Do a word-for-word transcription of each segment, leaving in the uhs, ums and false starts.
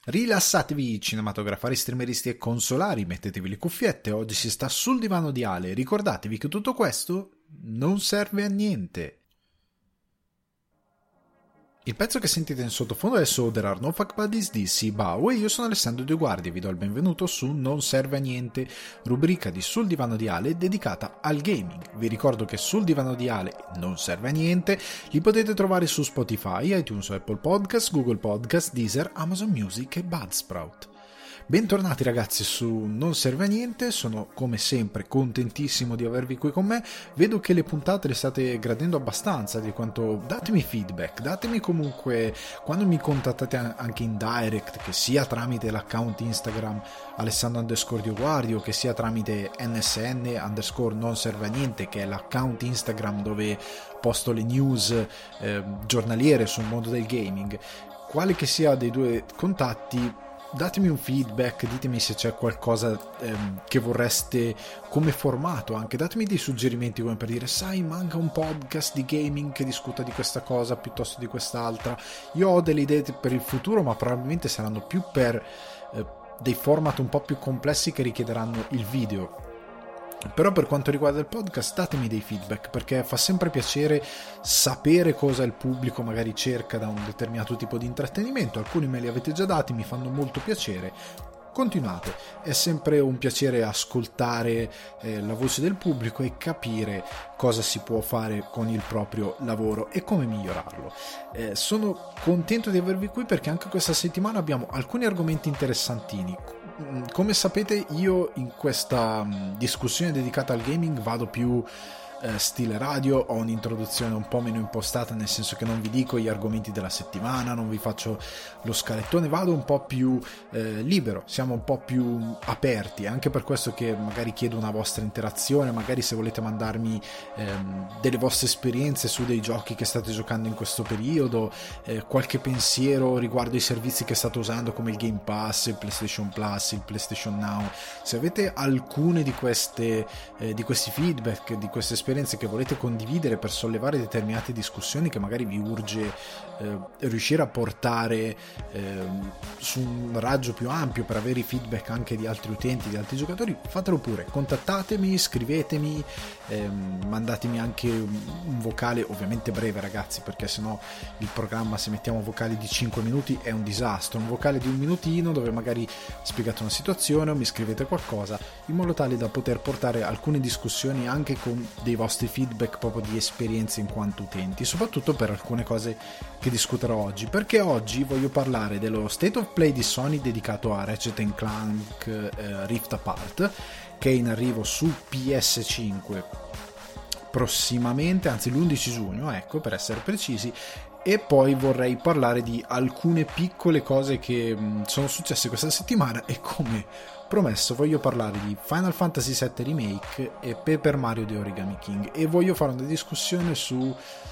Rilassatevi cinematografari, streameristi e consolari, mettetevi le cuffiette, oggi si sta sul divano di Ale, ricordatevi che tutto questo non serve a niente. Il pezzo che sentite in sottofondo è So There Are No Fuck Buddies di Sibao e io sono Alessandro De Guardi e vi do il benvenuto su Non Serve a Niente, rubrica di Sul Divano di Ale dedicata al gaming. Vi ricordo che Sul Divano di Ale Non Serve a Niente li potete trovare su Spotify, iTunes, Apple Podcast, Google Podcast, Deezer, Amazon Music e Buzzsprout. Bentornati ragazzi su Non Serve a Niente, sono come sempre contentissimo di avervi qui con me, vedo che le puntate le state gradendo abbastanza, di quanto datemi feedback, datemi comunque quando mi contattate anche in direct, che sia tramite l'account Instagram Alessandro underscore Dioguardi o che sia tramite N S N underscore Non Serve a Niente, che è l'account Instagram dove posto le news eh, giornaliere sul mondo del gaming, quale che sia dei due contatti. Datemi un feedback, ditemi se c'è qualcosa ehm, che vorreste come formato, anche datemi dei suggerimenti come per dire sai manca un podcast di gaming che discuta di questa cosa piuttosto di quest'altra. Io ho delle idee per il futuro ma probabilmente saranno più per eh, dei format un po' più complessi che richiederanno il video. Però per quanto riguarda il podcast datemi dei feedback, perché fa sempre piacere sapere cosa il pubblico magari cerca da un determinato tipo di intrattenimento. Alcuni me li avete già dati, mi fanno molto piacere, continuate, è sempre un piacere ascoltare eh, la voce del pubblico e capire cosa si può fare con il proprio lavoro e come migliorarlo. Eh, sono contento di avervi qui perché anche questa settimana abbiamo alcuni argomenti interessantini. Come sapete io in questa discussione dedicata al gaming vado più eh, stile radio, ho un'introduzione un po' meno impostata, nel senso che non vi dico gli argomenti della settimana, non vi faccio lo scalettone, vado un po' più eh, libero, siamo un po' più aperti, anche per questo che magari chiedo una vostra interazione, magari se volete mandarmi ehm, delle vostre esperienze su dei giochi che state giocando in questo periodo, eh, qualche pensiero riguardo i servizi che state usando come il Game Pass, il PlayStation Plus, il PlayStation Now. Se avete alcune di queste eh, di questi feedback, di queste esperienze che volete condividere per sollevare determinate discussioni che magari vi urge eh, riuscire a portare eh, su un raggio più ampio per avere i feedback anche di altri utenti, di altri giocatori, fatelo pure, contattatemi, scrivetemi, ehm, mandatemi anche un, un vocale, ovviamente breve ragazzi, perché sennò il programma, se mettiamo vocali di cinque minuti è un disastro, un vocale di un minutino dove magari spiegate una situazione o mi scrivete qualcosa in modo tale da poter portare alcune discussioni anche con dei vostri feedback proprio di esperienze in quanto utenti, soprattutto per alcune cose che discuterò oggi, perché oggi voglio parlare dello State of Play di Sony dedicato a Ratchet and Clank eh, Rift Apart, che è in arrivo su P S cinque prossimamente, anzi l'undici giugno, ecco, per essere precisi. E poi vorrei parlare di alcune piccole cose che mh, sono successe questa settimana e, come promesso, voglio parlare di Final Fantasy sette Remake e Paper Mario The Origami King, e voglio fare una discussione su uh,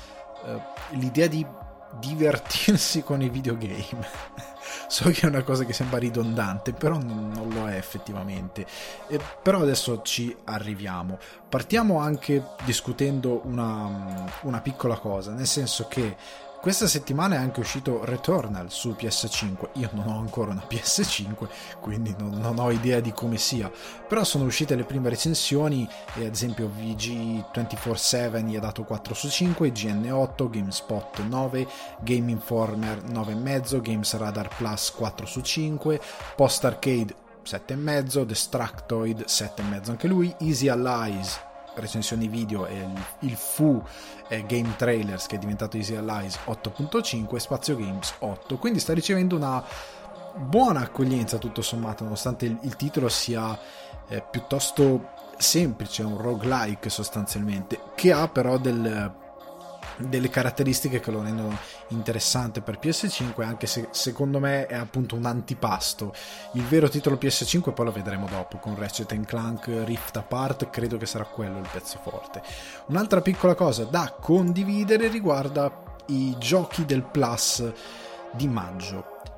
l'idea di divertirsi con i videogame. So che è una cosa che sembra ridondante, però non lo è effettivamente. E però adesso ci arriviamo. Partiamo anche discutendo una, una piccola cosa, nel senso che questa settimana è anche uscito Returnal su P S cinque. Io non ho ancora una P S cinque, quindi non, non ho idea di come sia, però sono uscite le prime recensioni e ad esempio V G ventiquattro sette gli ha dato quattro su cinque, G N otto, GameSpot nove, Game Informer nove virgola cinque, Games Radar Plus quattro su cinque, Post Arcade sette virgola cinque, Destructoid sette virgola cinque anche lui, Easy Allies recensioni video e il, il F U eh, Game Trailers, che è diventato Easy Allies, otto virgola cinque, Spazio Games otto, quindi sta ricevendo una buona accoglienza tutto sommato, nonostante il, il titolo sia eh, piuttosto semplice, un roguelike sostanzialmente, che ha però del delle caratteristiche che lo rendono interessante per P S cinque, anche se secondo me è appunto un antipasto. Il vero titolo P S cinque poi lo vedremo dopo con Ratchet and Clank Rift Apart, credo che sarà quello il pezzo forte. Un'altra piccola cosa da condividere riguarda i giochi del Plus di maggio.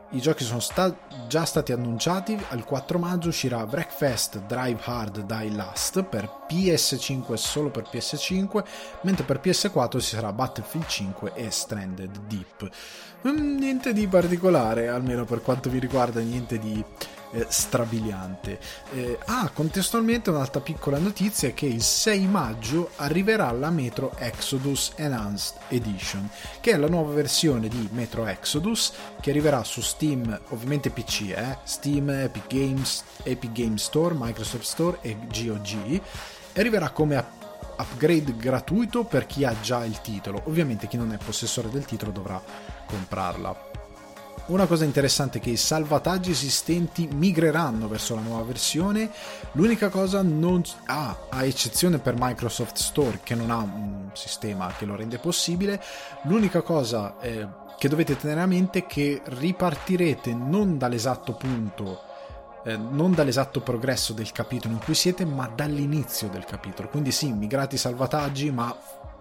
i giochi sono sta- già stati annunciati. Il quattro maggio uscirà Wreckfest Drive Hard Die Last per P S cinque, solo per P S cinque, mentre per P S quattro ci sarà Battlefield cinque e Stranded Deep. Mm, niente di particolare, almeno per quanto mi riguarda, niente di eh, strabiliante. Eh, ah, contestualmente un'altra piccola notizia è che il sei maggio arriverà la Metro Exodus Enhanced Edition, che è la nuova versione di Metro Exodus che arriverà su Steam, ovviamente P C, eh? Steam, Epic Games, Epic Games Store, Microsoft Store e G O G, e arriverà come up- upgrade gratuito per chi ha già il titolo. Ovviamente chi non è possessore del titolo dovrà comprarla. Una cosa interessante è che i salvataggi esistenti migreranno verso la nuova versione. L'unica cosa, non ah, a eccezione per Microsoft Store, che non ha un sistema che lo rende possibile, l'unica cosa eh, che dovete tenere a mente è che ripartirete non dall'esatto punto, eh, non dall'esatto progresso del capitolo in cui siete, ma dall'inizio del capitolo. Quindi sì, migrate i salvataggi, ma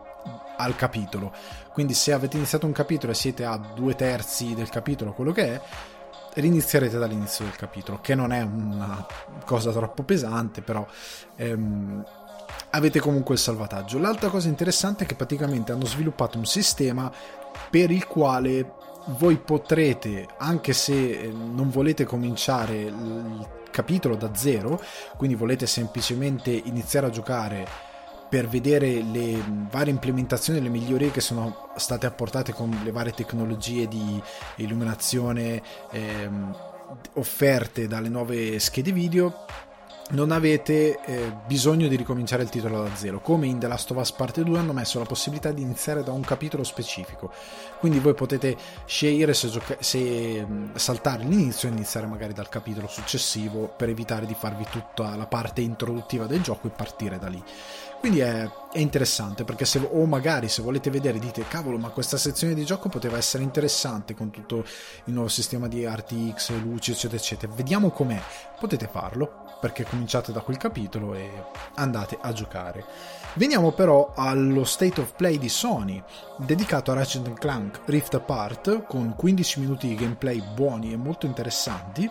al capitolo. Quindi se avete iniziato un capitolo e siete a due terzi del capitolo, quello che è, rinizierete dall'inizio del capitolo, che non è una cosa troppo pesante, però ehm, avete comunque il salvataggio. L'altra cosa interessante è che praticamente hanno sviluppato un sistema per il quale voi potrete, anche se non volete cominciare il capitolo da zero, quindi volete semplicemente iniziare a giocare per vedere le varie implementazioni e le migliorie che sono state apportate con le varie tecnologie di illuminazione ehm, offerte dalle nuove schede video, non avete eh, bisogno di ricominciare il titolo da zero. Come in The Last of Us Parte due hanno messo la possibilità di iniziare da un capitolo specifico, quindi voi potete scegliere se, gioca- se mh, saltare l'inizio e iniziare magari dal capitolo successivo, per evitare di farvi tutta la parte introduttiva del gioco e partire da lì. Quindi è, è interessante, perché se, o magari se volete vedere dite cavolo, ma questa sezione di gioco poteva essere interessante con tutto il nuovo sistema di R T X, luci eccetera eccetera, vediamo com'è, potete farlo, perché cominciate da quel capitolo e andate a giocare. Veniamo però allo State of Play di Sony, dedicato a Ratchet and Clank Rift Apart, con quindici minuti di gameplay buoni e molto interessanti,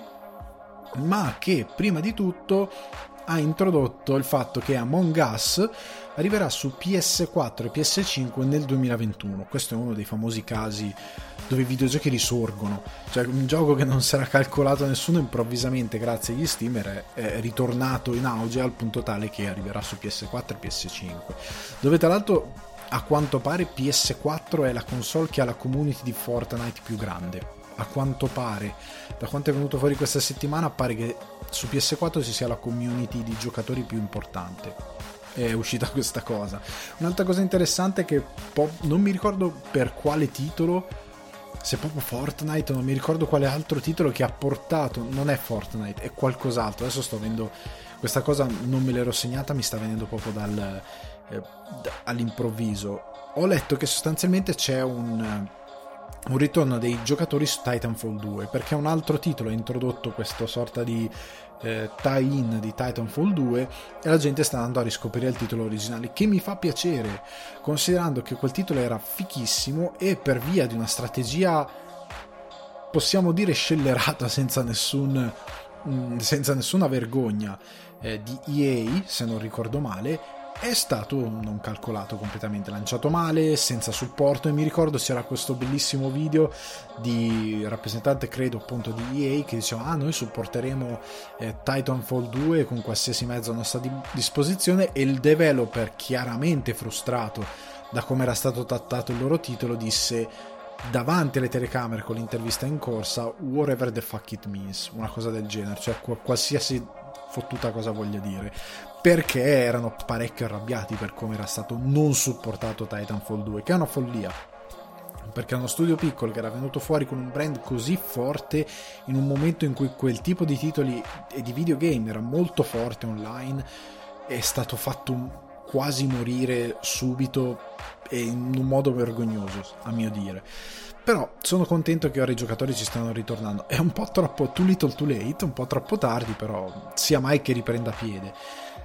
ma che prima di tutto ha introdotto il fatto che Among Us arriverà su P S quattro e P S cinque nel duemilaventuno. Questo è uno dei famosi casi dove i videogiochi risorgono, cioè un gioco che non sarà calcolato a nessuno improvvisamente grazie agli streamer è ritornato in auge al punto tale che arriverà su P S quattro e P S cinque, dove tra l'altro a quanto pare P S quattro è la console che ha la community di Fortnite più grande. A quanto pare, da quanto è venuto fuori questa settimana, pare che su P S quattro ci sia la community di giocatori più importante. È uscita questa cosa. Un'altra cosa interessante è che po- non mi ricordo per quale titolo, se proprio Fortnite, non mi ricordo quale altro titolo che ha portato, non è Fortnite, è qualcos'altro. Adesso sto avendo questa cosa, non me l'ero segnata, mi sta venendo proprio dal, eh, all'improvviso. Ho letto che sostanzialmente c'è un un ritorno dei giocatori su Titanfall due, perché un altro titolo ha introdotto questa sorta di eh, tie-in di Titanfall due e la gente sta andando a riscoprire il titolo originale, che mi fa piacere, considerando che quel titolo era fichissimo e per via di una strategia, possiamo dire, scellerata, senza nessun mh, senza nessuna vergogna eh, di E A, se non ricordo male, è stato non calcolato completamente, lanciato male, senza supporto. E mi ricordo c'era questo bellissimo video di rappresentante, credo appunto di E A, che diceva ah noi supporteremo eh, Titanfall due con qualsiasi mezzo a nostra di- disposizione, e il developer, chiaramente frustrato da come era stato trattato il loro titolo, disse davanti alle telecamere con l'intervista in corsa whatever the fuck it means, una cosa del genere, cioè qualsiasi fottuta cosa voglia dire, perché erano parecchio arrabbiati per come era stato non supportato Titanfall due, che è una follia, perché è uno studio piccolo che era venuto fuori con un brand così forte in un momento in cui quel tipo di titoli e di videogame era molto forte online, è stato fatto quasi morire subito e in un modo vergognoso, a mio dire. Però sono contento che ora i giocatori ci stanno ritornando. È un po' troppo too little too late, un po' troppo tardi, però sia mai che riprenda piede.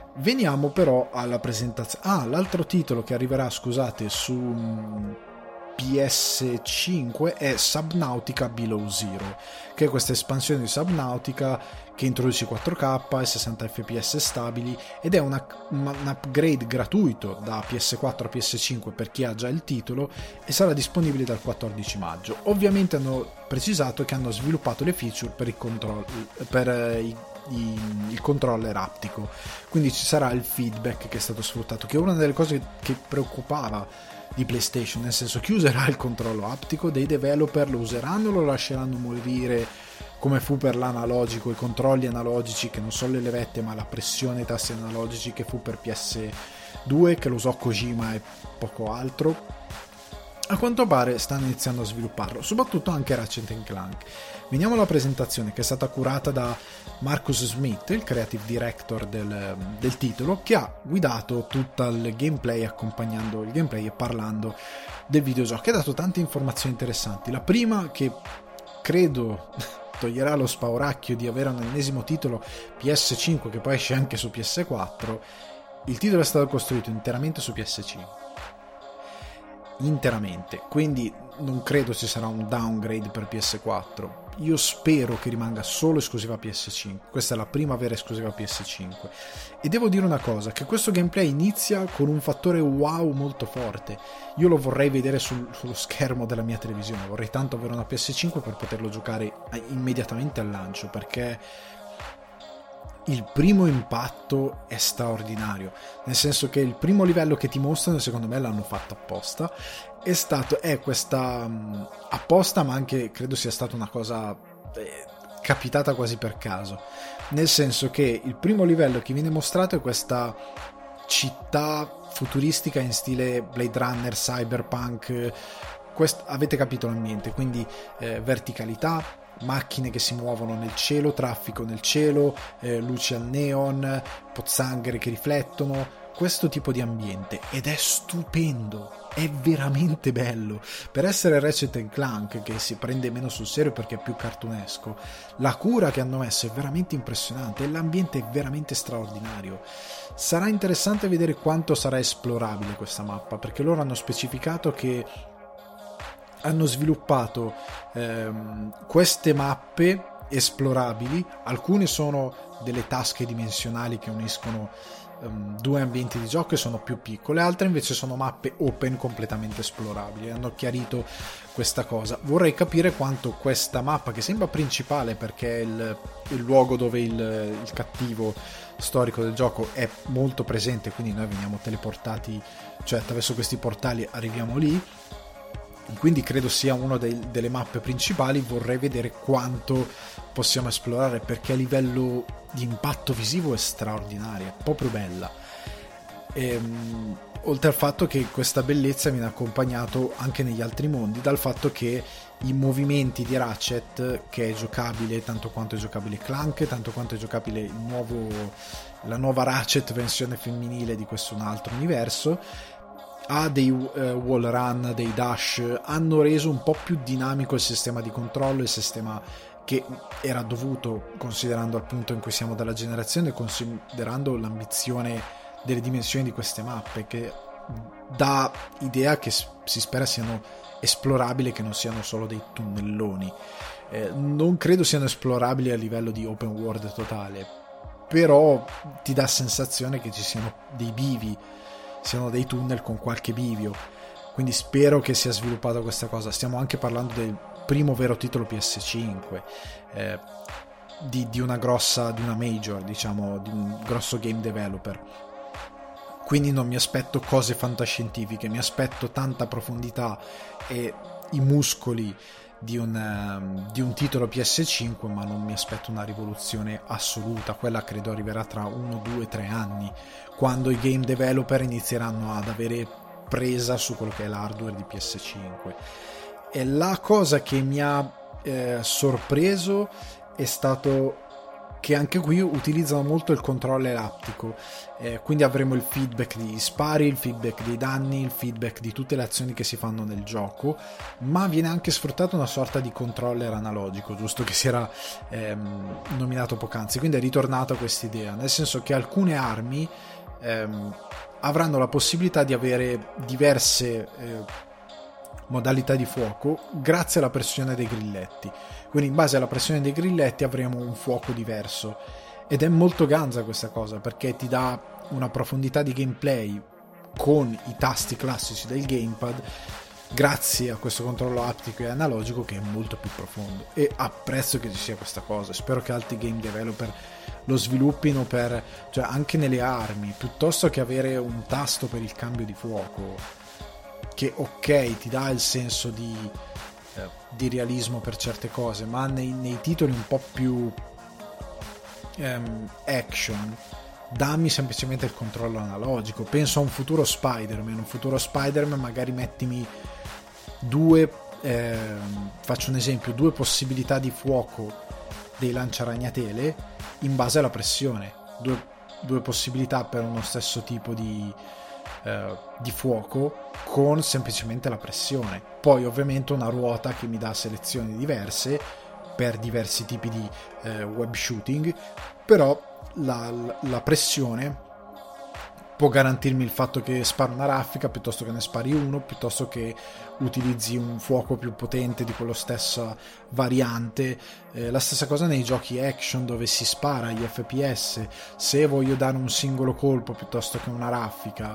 Veniamo però alla presentazione. Ah, l'altro titolo che arriverà, scusate, su P S cinque è Subnautica Below Zero, che è questa espansione di Subnautica che introduce quattro K e sessanta F P S stabili, ed è una, un upgrade gratuito da P S quattro a P S cinque per chi ha già il titolo, e sarà disponibile dal quattordici maggio. Ovviamente hanno precisato che hanno sviluppato le feature per il, control, per i, i, il controller aptico, quindi ci sarà il feedback che è stato sfruttato, che è una delle cose che preoccupava di PlayStation, nel senso, chi userà il controllo aptico? Dei developer lo useranno o lo lasceranno morire come fu per l'analogico, i controlli analogici che non sono le levette ma la pressione ai tasti analogici che fu per P S due, che lo usò Kojima e poco altro. A quanto pare stanno iniziando a svilupparlo, soprattutto anche Ratchet and Clank. Veniamo alla presentazione, che è stata curata da Marcus Smith, il creative director del, del titolo, che ha guidato tutto il gameplay, accompagnando il gameplay e parlando del videogioco, che ha dato tante informazioni interessanti. La prima, che credo toglierà lo spauracchio di avere un ennesimo titolo P S cinque che poi esce anche su P S quattro, il titolo è stato costruito interamente su P S cinque. Interamente, quindi non credo ci sarà un downgrade per P S quattro. Io spero che rimanga solo esclusiva P S cinque. Questa è la prima vera esclusiva P S cinque, e devo dire una cosa, che questo gameplay inizia con un fattore wow molto forte. Io lo vorrei vedere sul, sullo schermo della mia televisione, vorrei tanto avere una P S cinque per poterlo giocare immediatamente al lancio, perché il primo impatto è straordinario, nel senso che il primo livello che ti mostrano, secondo me l'hanno fatto apposta, è stato è questa um, apposta, ma anche credo sia stata una cosa eh, capitata quasi per caso, nel senso che il primo livello che viene mostrato è questa città futuristica in stile Blade Runner, cyberpunk, quest- avete capito l'ambiente, quindi eh, verticalità, macchine che si muovono nel cielo, traffico nel cielo, eh, luci al neon, pozzanghere che riflettono, questo tipo di ambiente, ed è stupendo, è veramente bello. Per essere Ratchet and Clank, che si prende meno sul serio perché è più cartunesco, la cura che hanno messo è veramente impressionante e l'ambiente è veramente straordinario. Sarà interessante vedere quanto sarà esplorabile questa mappa, perché loro hanno specificato che hanno sviluppato ehm, queste mappe esplorabili. Alcune sono delle tasche dimensionali che uniscono um, due ambienti di gioco e sono più piccole, altre invece sono mappe open completamente esplorabili. Hanno chiarito questa cosa. Vorrei capire quanto questa mappa, che sembra principale perché è il, il luogo dove il, il cattivo storico del gioco è molto presente, quindi noi veniamo teleportati, cioè attraverso questi portali arriviamo lì, quindi credo sia una delle mappe principali. Vorrei vedere quanto possiamo esplorare, perché a livello di impatto visivo è straordinaria, è proprio bella. E, oltre al fatto che questa bellezza viene accompagnato anche negli altri mondi dal fatto che i movimenti di Ratchet, che è giocabile tanto quanto è giocabile Clank, tanto quanto è giocabile il nuovo, la nuova Ratchet versione femminile di questo un altro universo, ha dei uh, wall run, dei dash, hanno reso un po' più dinamico il sistema di controllo, il sistema che era dovuto, considerando il punto in cui siamo della generazione, considerando l'ambizione delle dimensioni di queste mappe, che dà idea che si spera siano esplorabili, che non siano solo dei tunnelloni. Eh, non credo siano esplorabili a livello di open world totale, però ti dà sensazione che ci siano dei bivi, siano dei tunnel con qualche bivio, quindi spero che sia sviluppata questa cosa. Stiamo anche parlando del primo vero titolo P S cinque, eh, di, di una grossa, di una major, diciamo, di un grosso game developer, quindi non mi aspetto cose fantascientifiche, mi aspetto tanta profondità e i muscoli di un, um, di un titolo P S cinque, ma non mi aspetto una rivoluzione assoluta. Quella credo arriverà tra uno, due, tre anni, quando i game developer inizieranno ad avere presa su quello che è l'hardware di P S cinque. E la cosa che mi ha eh, sorpreso è stato che anche qui utilizzano molto il controller aptico, eh, quindi avremo il feedback degli spari, il feedback dei danni, il feedback di tutte le azioni che si fanno nel gioco, ma viene anche sfruttato una sorta di controller analogico, giusto, che si era ehm, nominato poc'anzi, quindi è ritornata questa idea, nel senso che alcune armi ehm, avranno la possibilità di avere diverse eh, modalità di fuoco grazie alla pressione dei grilletti. Quindi in base alla pressione dei grilletti avremo un fuoco diverso, ed è molto ganza questa cosa perché ti dà una profondità di gameplay con i tasti classici del gamepad grazie a questo controllo aptico e analogico che è molto più profondo, e apprezzo che ci sia questa cosa. Spero che altri game developer lo sviluppino, per, cioè anche nelle armi, piuttosto che avere un tasto per il cambio di fuoco che ok ti dà il senso di, eh, di realismo per certe cose, ma nei, nei titoli un po' più ehm, action dammi semplicemente il controllo analogico. Penso a un futuro Spider-Man un futuro Spider-Man magari mettimi due eh, faccio un esempio due possibilità di fuoco dei lanciaragnatele in base alla pressione, due, due possibilità per uno stesso tipo di, eh, di fuoco con semplicemente la pressione, poi ovviamente una ruota che mi dà selezioni diverse per diversi tipi di eh, web shooting, però la, la pressione può garantirmi il fatto che sparo una raffica piuttosto che ne spari uno, piuttosto che utilizzi un fuoco più potente di quello stessa variante. Eh, la stessa cosa nei giochi action dove si spara agli F P S, se voglio dare un singolo colpo piuttosto che una raffica,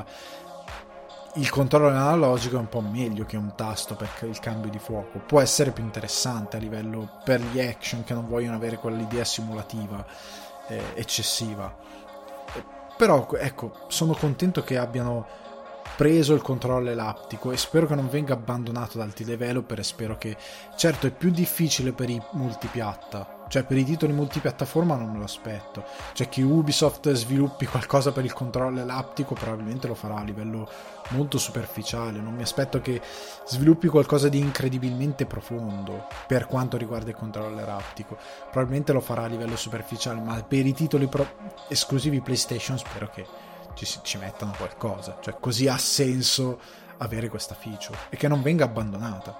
il controllo analogico è un po' meglio che un tasto per il cambio di fuoco, può essere più interessante a livello per gli action che non vogliono avere quell'idea simulativa eh, eccessiva. Però ecco, sono contento che abbiano preso il controllo elattico e spero che non venga abbandonato da altri developer, e spero che, certo è più difficile per i multipiatta, cioè per i titoli multipiattaforma non me lo aspetto, cioè che Ubisoft sviluppi qualcosa per il controllo elattico probabilmente lo farà a livello molto superficiale, non mi aspetto che sviluppi qualcosa di incredibilmente profondo per quanto riguarda il controllo elattico, probabilmente lo farà a livello superficiale, ma per i titoli pro- esclusivi PlayStation spero che ci, ci mettano qualcosa, cioè così ha senso avere questa feature e che non venga abbandonata.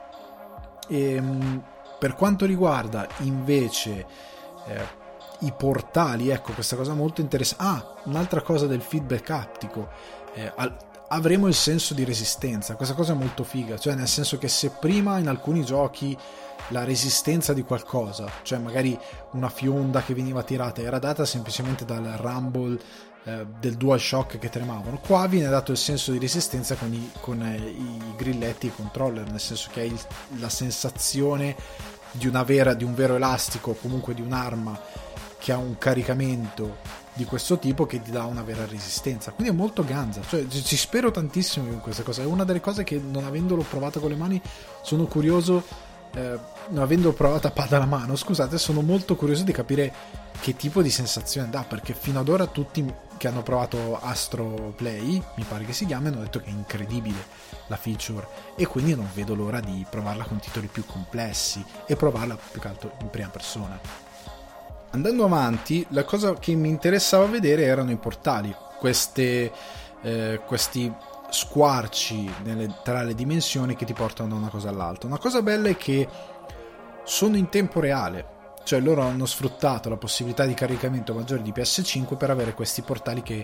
E, per quanto riguarda invece eh, i portali, ecco questa cosa molto interessante. Ah, un'altra cosa del feedback aptico, eh, al- avremo il senso di resistenza, questa cosa è molto figa, cioè nel senso che se prima in alcuni giochi la resistenza di qualcosa, cioè magari una fionda che veniva tirata era data semplicemente dal rumble eh, del DualShock che tremavano, qua viene dato il senso di resistenza con i, con, eh, i grilletti e i controller, nel senso che hai il, la sensazione di una vera, di un vero elastico o comunque di un'arma che ha un caricamento di questo tipo che ti dà una vera resistenza, quindi è molto ganza, cioè ci spero tantissimo in questa cosa, è una delle cose che non avendolo provato con le mani sono curioso, eh, non avendolo provato a palla alla mano, scusate, sono molto curioso di capire che tipo di sensazione dà, perché fino ad ora tutti che hanno provato Astro Play, mi pare che si chiami, hanno detto che è incredibile la feature, e quindi non vedo l'ora di provarla con titoli più complessi e provarla più che altro in prima persona. Andando avanti, la cosa che mi interessava vedere erano i portali, queste, eh, questi squarci nelle, tra le dimensioni che ti portano da una cosa all'altra. Una cosa bella è che sono in tempo reale, cioè loro hanno sfruttato la possibilità di caricamento maggiore di P S cinque per avere questi portali che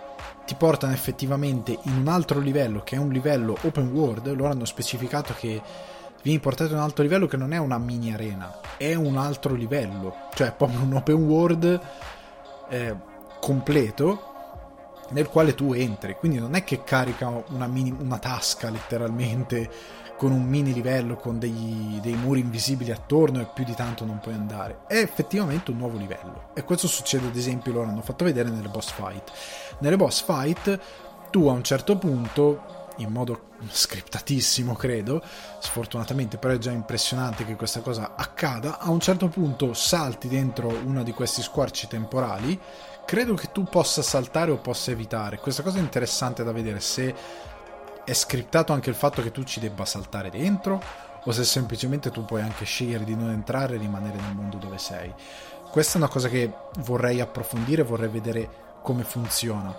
ti portano effettivamente in un altro livello, che è un livello open world. Loro hanno specificato che vieni portato a un altro livello che non è una mini arena, è un altro livello, cioè proprio un open world eh, completo nel quale tu entri, quindi non è che carica una, mini, una tasca letteralmente con un mini livello con dei, dei muri invisibili attorno e più di tanto non puoi andare, è effettivamente un nuovo livello, e questo succede ad esempio, loro hanno fatto vedere nelle boss fight. Nelle boss fight tu a un certo punto, in modo scriptatissimo credo, sfortunatamente, però è già impressionante che questa cosa accada, a un certo punto salti dentro uno di questi squarci temporali, credo che tu possa saltare o possa evitare, questa cosa è interessante da vedere, se è scriptato anche il fatto che tu ci debba saltare dentro o se semplicemente tu puoi anche scegliere di non entrare e rimanere nel mondo dove sei. Questa è una cosa che vorrei approfondire, vorrei vedere come funziona.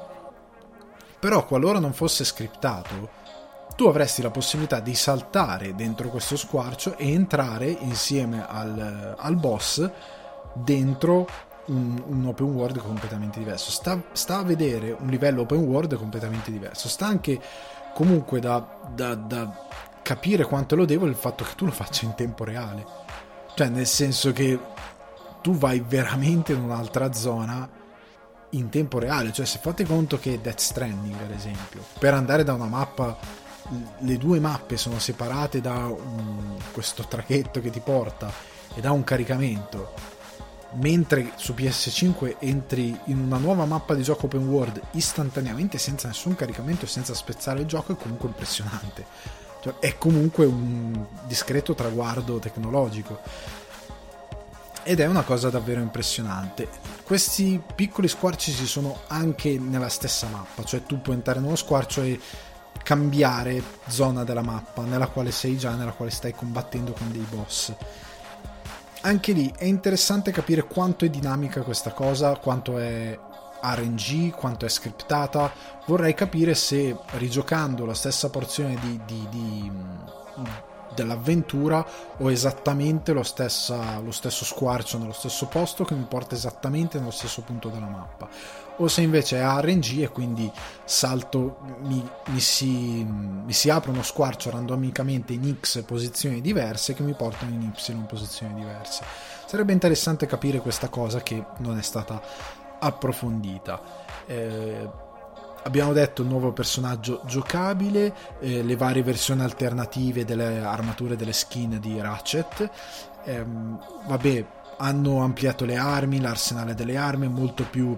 Però qualora non fosse scriptato, tu avresti la possibilità di saltare dentro questo squarcio e entrare insieme al, al boss dentro un, un open world completamente diverso. Sta, sta a vedere un livello open world completamente diverso. Sta anche comunque da, da, da capire quanto è lodevole il fatto che tu lo faccia in tempo reale, cioè nel senso che tu vai veramente in un'altra zona in tempo reale. Cioè, se fate conto che Death Stranding, ad esempio, per andare da una mappa, le due mappe sono separate da un, questo traghetto che ti porta e da un caricamento, mentre su P S cinque entri in una nuova mappa di gioco open world istantaneamente senza nessun caricamento e senza spezzare il gioco, è comunque impressionante. Cioè, è comunque un discreto traguardo tecnologico ed è una cosa davvero impressionante. Questi piccoli squarci ci sono anche nella stessa mappa, cioè tu puoi entrare in uno squarcio e cambiare zona della mappa nella quale sei già, nella quale stai combattendo con dei boss. Anche lì è interessante capire quanto è dinamica questa cosa, quanto è R N G, quanto è scriptata. Vorrei capire se rigiocando la stessa porzione di, di, di dell'avventura ho esattamente lo, stessa, lo stesso squarcio nello stesso posto che mi porta esattamente nello stesso punto della mappa, o se invece è R N G e quindi salto, mi, mi, si, mi si apre uno squarcio randomicamente in X posizioni diverse che mi portano in Y posizioni diverse. Sarebbe interessante capire questa cosa che non è stata approfondita. eh, Abbiamo detto il nuovo personaggio giocabile, eh, le varie versioni alternative delle armature, delle skin di Ratchet. Ehm, vabbè, hanno ampliato le armi, l'arsenale delle armi è molto più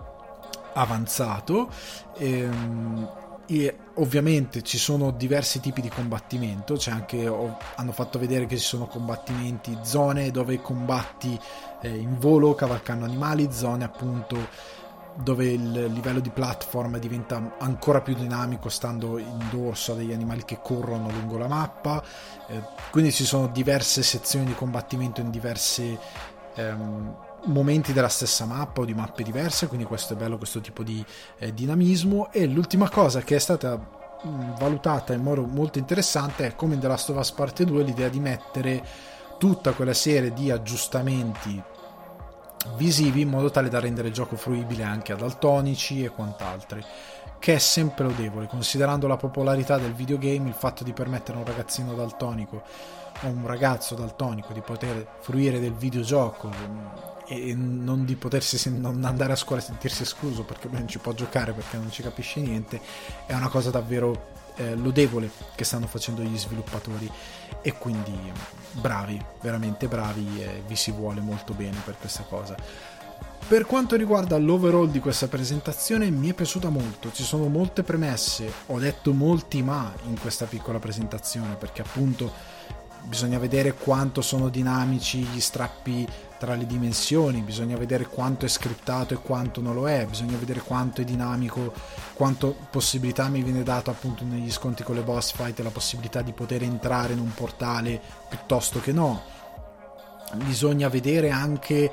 avanzato. Ehm, e ovviamente ci sono diversi tipi di combattimento. C'è anche, oh, hanno fatto vedere che ci sono combattimenti, zone dove combatti eh, in volo cavalcando animali, zone appunto dove il livello di platform diventa ancora più dinamico stando in dorso a degli animali che corrono lungo la mappa. Eh, quindi ci sono diverse sezioni di combattimento in diversi ehm, momenti della stessa mappa o di mappe diverse, quindi questo è bello, questo tipo di eh, dinamismo. E l'ultima cosa che è stata mh, valutata in modo molto interessante è, come in The Last of Us Parte due, l'idea di mettere tutta quella serie di aggiustamenti visivi in modo tale da rendere il gioco fruibile anche a daltonici e quant'altro, che è sempre lodevole considerando la popolarità del videogame. Il fatto di permettere a un ragazzino daltonico o un ragazzo daltonico di poter fruire del videogioco e non di potersi non andare a scuola e sentirsi escluso perché lui non ci può giocare perché non ci capisce niente, è una cosa davvero eh, lodevole che stanno facendo gli sviluppatori, e quindi bravi, veramente bravi, e vi si vuole molto bene per questa cosa. Per quanto riguarda l'overall di questa presentazione, mi è piaciuta molto, ci sono molte premesse, ho detto molti ma in questa piccola presentazione, perché appunto bisogna vedere quanto sono dinamici gli strappi tra le dimensioni, bisogna vedere quanto è scriptato e quanto non lo è, bisogna vedere quanto è dinamico, quanto possibilità mi viene dato appunto negli scontri con le boss fight, la possibilità di poter entrare in un portale piuttosto che no. Bisogna vedere anche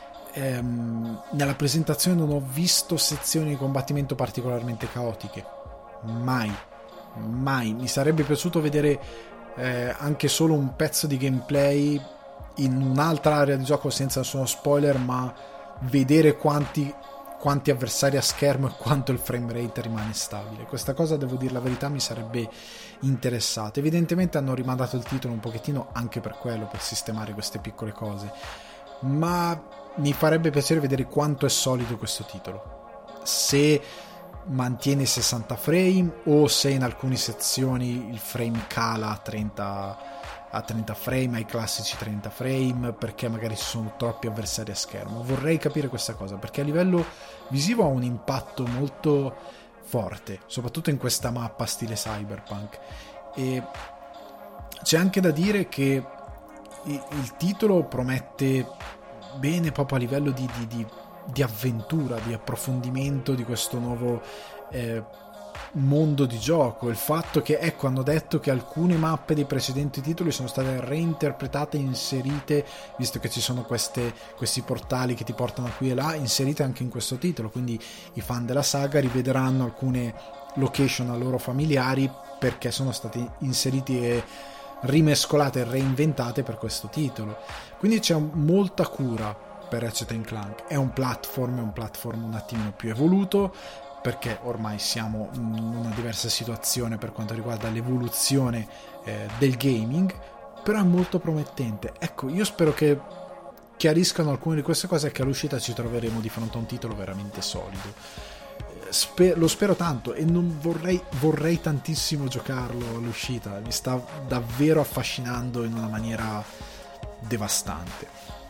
ehm, nella presentazione non ho visto sezioni di combattimento particolarmente caotiche, mai mai mi sarebbe piaciuto vedere eh, anche solo un pezzo di gameplay in un'altra area di gioco senza nessuno spoiler, ma vedere quanti, quanti avversari a schermo e quanto il frame rate rimane stabile. Questa cosa, devo dire la verità, mi sarebbe interessata. Evidentemente hanno rimandato il titolo un pochettino anche per quello, per sistemare queste piccole cose, ma mi farebbe piacere vedere quanto è solido questo titolo, se mantiene sessanta frame o se in alcune sezioni il frame cala a trenta a trenta frame, ai classici trenta frame, perché magari ci sono troppi avversari a schermo. Vorrei capire questa cosa, perché a livello visivo ha un impatto molto forte, soprattutto in questa mappa stile cyberpunk. E c'è anche da dire che il titolo promette bene proprio a livello di, di, di, di avventura, di approfondimento di questo nuovo eh, mondo di gioco. Il fatto che, ecco, hanno detto che alcune mappe dei precedenti titoli sono state reinterpretate e inserite, visto che ci sono queste, questi portali che ti portano qui e là, inserite anche in questo titolo, quindi i fan della saga rivederanno alcune location a loro familiari perché sono state inseriti e rimescolate e reinventate per questo titolo. Quindi c'è molta cura per Ratchet and Clank. È un platform, è un platform un attimino più evoluto, perché ormai siamo in una diversa situazione per quanto riguarda l'evoluzione eh, del gaming, però è molto promettente. Ecco, io spero che chiariscano alcune di queste cose e che all'uscita ci troveremo di fronte a un titolo veramente solido. Sper- lo spero tanto e non vorrei, vorrei tantissimo giocarlo all'uscita, mi sta davvero affascinando in una maniera devastante.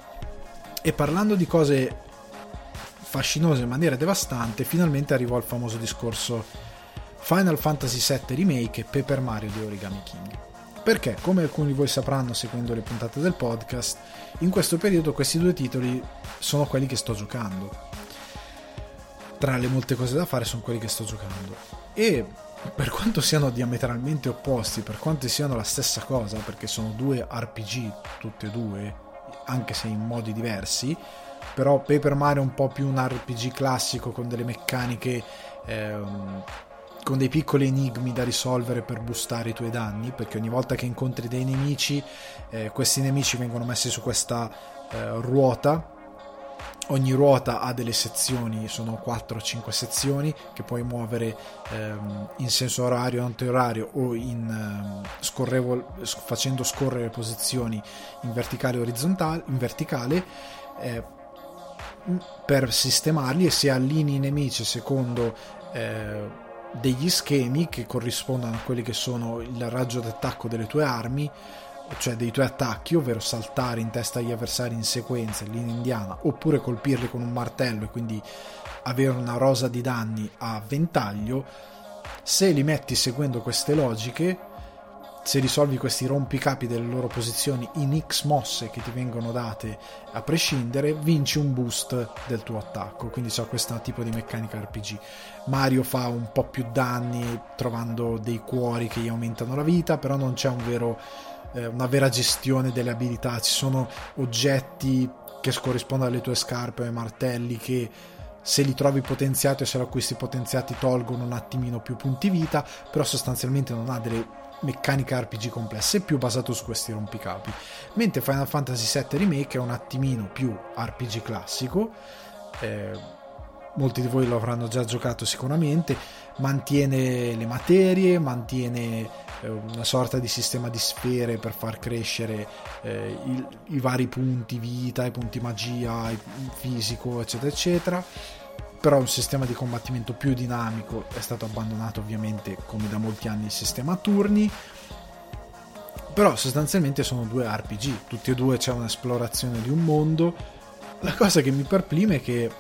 E parlando di cose fascinose in maniera devastante, finalmente arrivò al famoso discorso Final Fantasy sette Remake e Paper Mario di Origami King, perché come alcuni di voi sapranno seguendo le puntate del podcast, in questo periodo questi due titoli sono quelli che sto giocando. Tra le molte cose da fare sono quelli che sto giocando, e per quanto siano diametralmente opposti, per quanto siano la stessa cosa, perché sono due R P G tutti e due, anche se in modi diversi, però Paper Mario è un po' più un R P G classico con delle meccaniche ehm, con dei piccoli enigmi da risolvere per boostare i tuoi danni, perché ogni volta che incontri dei nemici eh, questi nemici vengono messi su questa eh, ruota. Ogni ruota ha delle sezioni, sono quattro o cinque sezioni che puoi muovere ehm, in senso orario, antiorario o in ehm, scorrevole, facendo scorrere posizioni in verticale o orizzontale, in verticale eh, per sistemarli, e se allinei i nemici secondo eh, degli schemi che corrispondono a quelli che sono il raggio d'attacco delle tue armi, cioè dei tuoi attacchi, ovvero saltare in testa agli avversari in sequenza in linea indiana, oppure colpirli con un martello e quindi avere una rosa di danni a ventaglio, se li metti seguendo queste logiche, se risolvi questi rompicapi delle loro posizioni in X mosse che ti vengono date a prescindere, vinci un boost del tuo attacco. Quindi c'è questo tipo di meccanica R P G. Mario fa un po' più danni trovando dei cuori che gli aumentano la vita, però non c'è un vero, eh, una vera gestione delle abilità. Ci sono oggetti che corrispondono alle tue scarpe o ai martelli che, se li trovi potenziati o se li acquisti potenziati, tolgono un attimino più punti vita, però sostanzialmente non ha delle meccanica R P G complessa, è più basato su questi rompicapi, mentre Final Fantasy sette Remake è un attimino più R P G classico. eh, molti di voi lo avranno già giocato sicuramente, mantiene le materie, mantiene eh, una sorta di sistema di sfere per far crescere eh, il, i vari punti vita, i punti magia, il fisico eccetera eccetera, però un sistema di combattimento più dinamico. È stato abbandonato ovviamente come da molti anni il sistema a turni, però sostanzialmente sono due R P G, tutti e due c'è un'esplorazione di un mondo. La cosa che mi perplime è che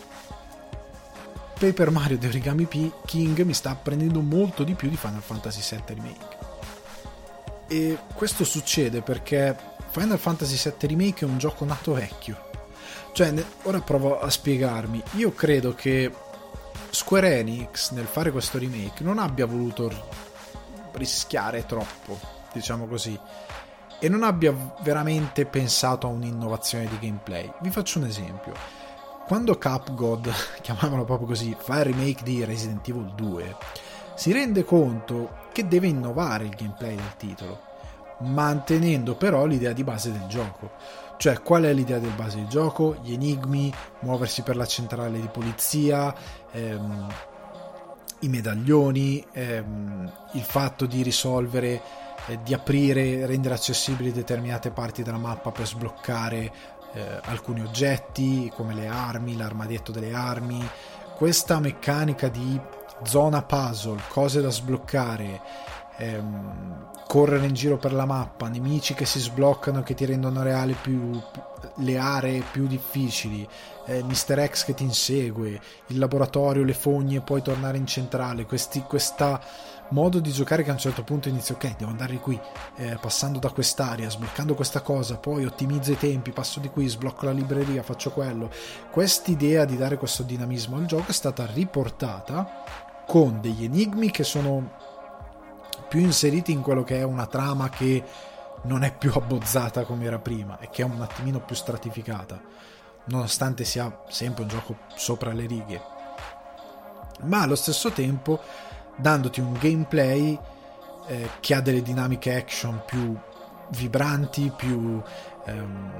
Paper Mario di Origami King mi sta apprendendo molto di più di Final Fantasy sette Remake, e questo succede perché Final Fantasy sette Remake è un gioco nato vecchio. Cioè, ora provo a spiegarmi. Io credo che Square Enix nel fare questo remake non abbia voluto rischiare troppo, diciamo così, e non abbia veramente pensato a un'innovazione di gameplay. Vi faccio un esempio. Quando Capgod, chiamavano proprio così, fa il remake di Resident Evil due, si rende conto che deve innovare il gameplay del titolo, mantenendo però l'idea di base del gioco. Cioè, qual è l'idea del base del gioco? Gli enigmi, muoversi per la centrale di polizia, ehm, i medaglioni, ehm, il fatto di risolvere, eh, di aprire, rendere accessibili determinate parti della mappa per sbloccare eh, alcuni oggetti, come le armi, l'armadietto delle armi. Questa meccanica di zona puzzle, cose da sbloccare, ehm, correre in giro per la mappa, nemici che si sbloccano, che ti rendono reali più, le aree più difficili, eh, mister X che ti insegue, il laboratorio, le fogne, poi tornare in centrale. Questi, questa modo di giocare che a un certo punto inizia, ok, devo andare qui, eh, passando da quest'area, sbloccando questa cosa, poi ottimizzo i tempi, passo di qui, sblocco la libreria, faccio quello. Quest'idea di dare questo dinamismo al gioco è stata riportata con degli enigmi che sono più inseriti in quello che è una trama che non è più abbozzata come era prima e che è un attimino più stratificata, nonostante sia sempre un gioco sopra le righe, ma allo stesso tempo dandoti un gameplay eh, che ha delle dinamiche action più vibranti, più ehm,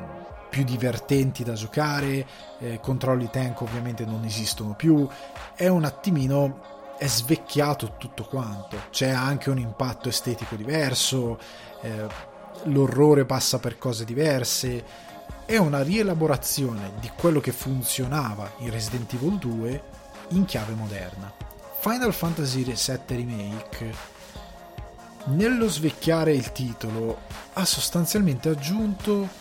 più divertenti da giocare, eh, controlli tank ovviamente non esistono più, è un attimino è svecchiato tutto quanto, c'è anche un impatto estetico diverso, eh, l'orrore passa per cose diverse, è una rielaborazione di quello che funzionava in Resident Evil due in chiave moderna. Final Fantasy sette Remake, nello svecchiare il titolo, ha sostanzialmente aggiunto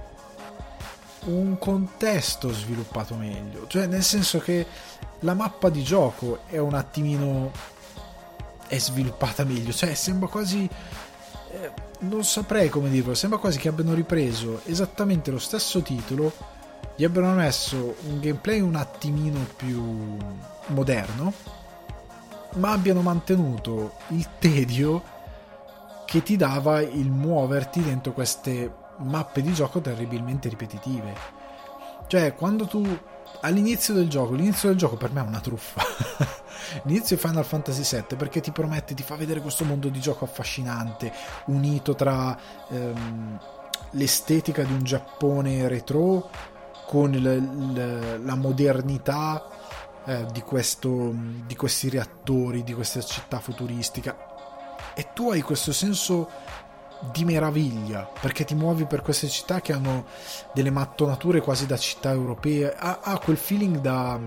un contesto sviluppato meglio, cioè nel senso che la mappa di gioco è un attimino è sviluppata meglio, cioè sembra quasi eh, non saprei come dirlo, sembra quasi che abbiano ripreso esattamente lo stesso titolo, gli abbiano messo un gameplay un attimino più moderno, ma abbiano mantenuto il tedio che ti dava il muoverti dentro queste mappe di gioco terribilmente ripetitive. Cioè, quando tu all'inizio del gioco, l'inizio del gioco per me è una truffa. L'inizio di Final Fantasy sette, perché ti promette, ti fa vedere questo mondo di gioco affascinante, unito tra ehm, l'estetica di un Giappone retro con l- l- la modernità eh, di, questo, di questi reattori, di questa città futuristica, e tu hai questo senso di meraviglia perché ti muovi per queste città che hanno delle mattonature quasi da città europee, ha, ha quel feeling da,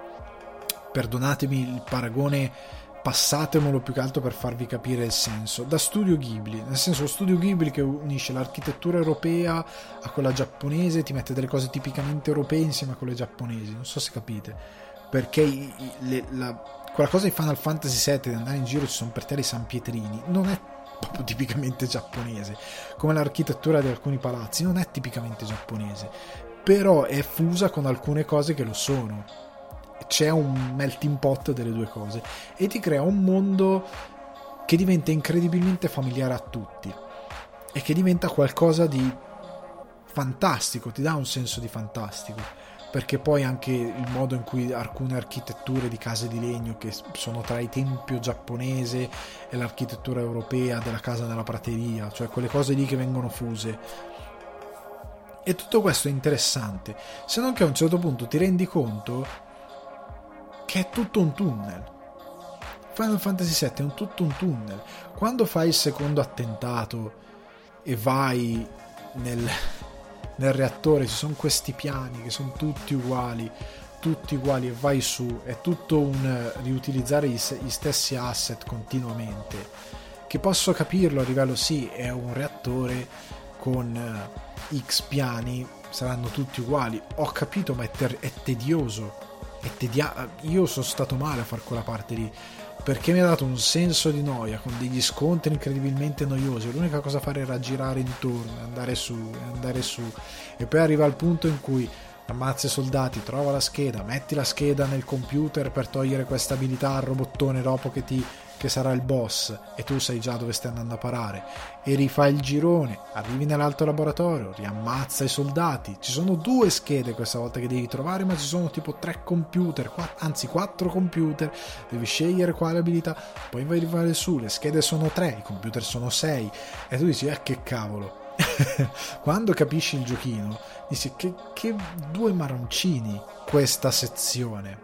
perdonatemi il paragone, passatemelo più che altro per farvi capire il senso, da Studio Ghibli, nel senso Studio Ghibli che unisce l'architettura europea a quella giapponese, ti mette delle cose tipicamente europee insieme a quelle giapponesi, non so se capite, perché i, i, le, la, quella cosa di Final Fantasy sette di andare in giro ci sono per terra i San Pietrini non è proprio tipicamente giapponese, come l'architettura di alcuni palazzi non è tipicamente giapponese, però è fusa con alcune cose che lo sono, c'è un melting pot delle due cose e ti crea un mondo che diventa incredibilmente familiare a tutti e che diventa qualcosa di fantastico, ti dà un senso di fantastico, perché poi anche il modo in cui alcune architetture di case di legno che sono tra il tempio giapponese e l'architettura europea della casa della prateria, cioè quelle cose lì che vengono fuse, e tutto questo è interessante, se non che a un certo punto ti rendi conto che è tutto un tunnel. Final Fantasy sette è un tutto un tunnel. Quando fai il secondo attentato e vai nel nel reattore ci sono questi piani che sono tutti uguali tutti uguali e vai su, è tutto un riutilizzare gli, gli stessi asset continuamente, che posso capirlo a livello, sì, è un reattore con X piani, saranno tutti uguali, ho capito, ma è, ter- è tedioso, è tedia- io sono stato male a fare quella parte lì perché mi ha dato un senso di noia con degli scontri incredibilmente noiosi, l'unica cosa a fare era girare intorno, andare su, andare su, e poi arriva al punto in cui ammazza i soldati, trova la scheda, metti la scheda nel computer per togliere questa abilità al robottone dopo che ti che sarà il boss e tu sai già dove stai andando a parare, e rifai il girone, arrivi nell'altro laboratorio, riammazza i soldati, ci sono due schede questa volta che devi trovare, ma ci sono tipo tre computer, quattro, anzi quattro computer, devi scegliere quale abilità, poi vai a rifare su, le schede sono tre, i computer sono sei, e tu dici eh che cavolo. Quando capisci il giochino dici che, che due marroncini questa sezione,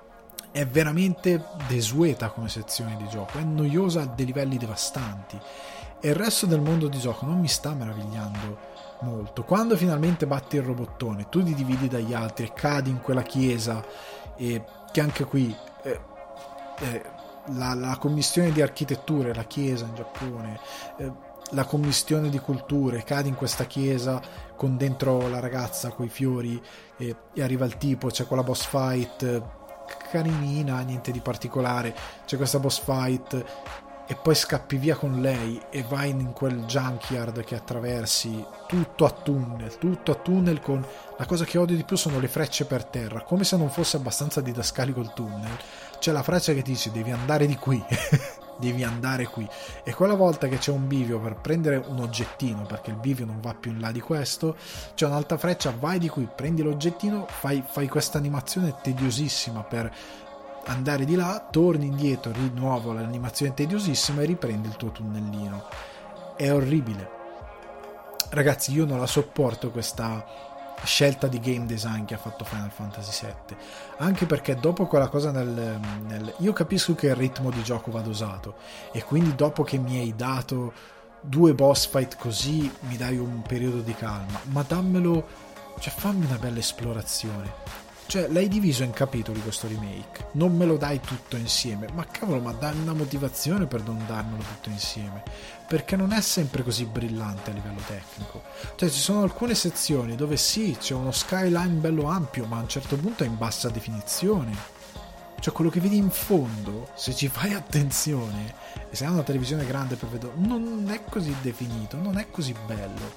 è veramente desueta come sezione di gioco, è noiosa a dei livelli devastanti e il resto del mondo di gioco non mi sta meravigliando molto. Quando finalmente batti il robottone, tu ti dividi dagli altri e cadi in quella chiesa, e che anche qui eh, eh, la, la commistione di architetture, la chiesa in Giappone, eh, la commistione di culture, cadi in questa chiesa con dentro la ragazza coi fiori e, e arriva il tipo, c'è quella boss fight carinina, niente di particolare, c'è questa boss fight e poi scappi via con lei e vai in quel junkyard che attraversi, tutto a tunnel, tutto a tunnel, con la cosa che odio di più sono le frecce per terra, come se non fosse abbastanza didascalico il tunnel, c'è la freccia che ti dice devi andare di qui devi andare qui, e quella volta che c'è un bivio per prendere un oggettino, perché il bivio non va più in là di questo, c'è un'altra freccia, vai di qui, prendi l'oggettino, fai, fai questa animazione tediosissima per andare di là, torni indietro di nuovo l'animazione tediosissima e riprendi il tuo tunnellino. È orribile, ragazzi, io non la sopporto questa scelta di game design che ha fatto Final Fantasy sette, anche perché dopo quella cosa nel, nel io capisco che il ritmo di gioco vada usato, e quindi dopo che mi hai dato due boss fight così mi dai un periodo di calma, ma dammelo, cioè fammi una bella esplorazione. Cioè, l'hai diviso in capitoli questo remake, non me lo dai tutto insieme, ma cavolo, ma dammi una motivazione per non darmelo tutto insieme, perché non è sempre così brillante a livello tecnico. Cioè, ci sono alcune sezioni dove sì, c'è uno skyline bello ampio, ma a un certo punto è in bassa definizione. Cioè, quello che vedi in fondo, se ci fai attenzione, e se hai una televisione grande per vedere, non è così definito, non è così bello.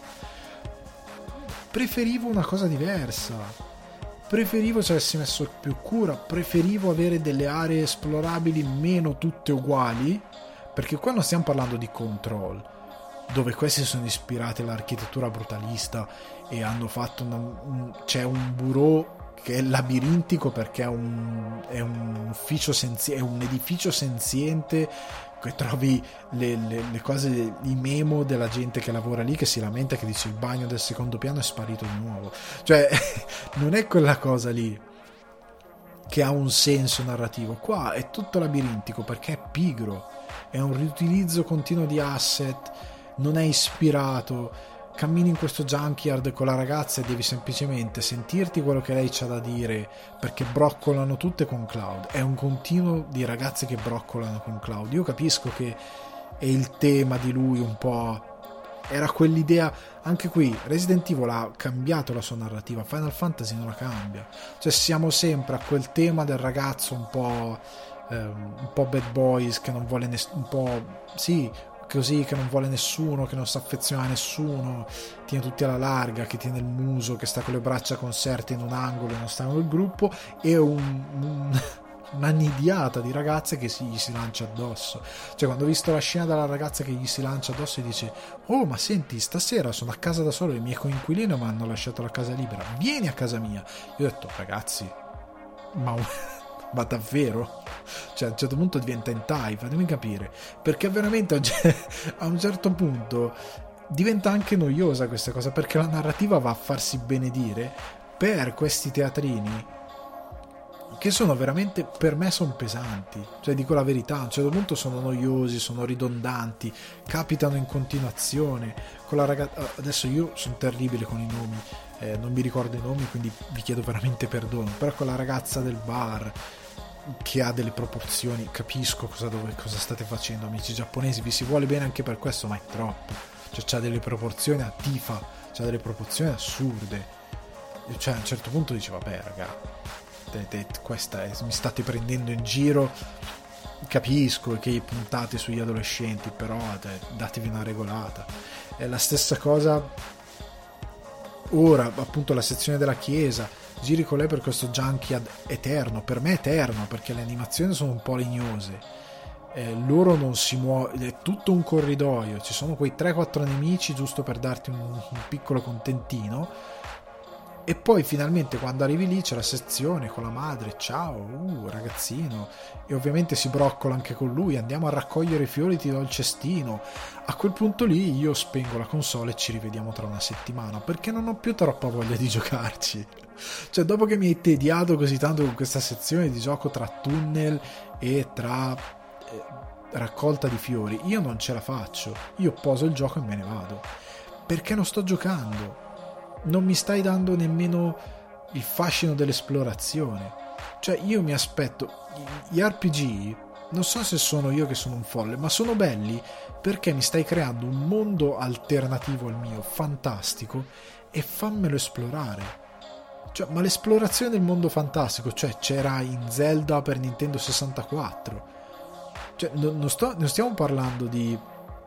Preferivo una cosa diversa. Preferivo ci avessi messo più cura, preferivo avere delle aree esplorabili meno tutte uguali, perché qua non stiamo parlando di Control, dove questi sono ispirati all'architettura brutalista e hanno fatto una, un, c'è un bureau che è labirintico perché è un, è un ufficio senziente, è un edificio senziente, che trovi le, le, le cose, i memo della gente che lavora lì che si lamenta, che dice il bagno del secondo piano è sparito di nuovo. Cioè non è quella cosa lì che ha un senso narrativo. Qua è tutto labirintico perché è pigro, è un riutilizzo continuo di asset, non è ispirato. Cammini in questo junkyard con la ragazza e devi semplicemente sentirti quello che lei c'ha da dire, perché broccolano tutte con Cloud. È un continuo di ragazze che broccolano con Cloud. Io capisco che è il tema di lui un po', era quell'idea. Anche qui Resident Evil ha cambiato la sua narrativa, Final Fantasy non la cambia. Cioè siamo sempre a quel tema del ragazzo un po' ehm, un po' bad boys, che non vuole ness- un po' sì così, che non vuole nessuno, che non si affeziona a nessuno, tiene tutti alla larga, che tiene il muso, che sta con le braccia conserte in un angolo e non sta nel gruppo, e un, un, una nidiata di ragazze che si, gli si lancia addosso. Cioè, quando ho visto la scena della ragazza che gli si lancia addosso e dice: oh, ma senti, stasera sono a casa da solo, i miei coinquilini mi hanno lasciato la casa libera, vieni a casa mia. Io ho detto: ragazzi, ma ma davvero? Cioè a un certo punto diventa hentai, fatemi capire, perché veramente a un certo punto diventa anche noiosa questa cosa, perché la narrativa va a farsi benedire per questi teatrini che sono veramente, per me sono pesanti, cioè dico la verità, a un certo punto sono noiosi, sono ridondanti, capitano in continuazione. Con la ragazza, adesso io sono terribile con i nomi, eh, non mi ricordo i nomi, quindi vi chiedo veramente perdono, però con la ragazza del bar che ha delle proporzioni, capisco cosa, dove, cosa state facendo, amici giapponesi, vi si vuole bene anche per questo, ma è troppo. Cioè c'ha delle proporzioni a tifa, c'ha delle proporzioni assurde, cioè a un certo punto dice: vabbè raga, te, te, questa è, mi state prendendo in giro. Capisco che puntate sugli adolescenti, però te, datevi una regolata. È la stessa cosa ora, appunto, la sezione della chiesa, giri con lei per questo junkyard eterno, per me eterno, perché le animazioni sono un po' legnose, eh, loro non si muovono, è tutto un corridoio, ci sono quei tre quattro nemici giusto per darti un, un piccolo contentino, e poi finalmente quando arrivi lì c'è la sezione con la madre, ciao, uh, ragazzino, e ovviamente si broccola anche con lui, andiamo a raccogliere i fiori, ti do il cestino. A quel punto lì io spengo la console e ci rivediamo tra una settimana, perché non ho più troppa voglia di giocarci. Cioè dopo che mi hai tediato così tanto con questa sezione di gioco tra tunnel e tra eh, raccolta di fiori, io non ce la faccio, io poso il gioco e me ne vado, perché non sto giocando, non mi stai dando nemmeno il fascino dell'esplorazione. Cioè io mi aspetto, gli R P G, non so se sono io che sono un folle, ma sono belli perché mi stai creando un mondo alternativo al mio, fantastico, e fammelo esplorare. Cioè, ma l'esplorazione del mondo fantastico, cioè c'era in Zelda per Nintendo sessantaquattro, cioè non, non, sto, non stiamo parlando di,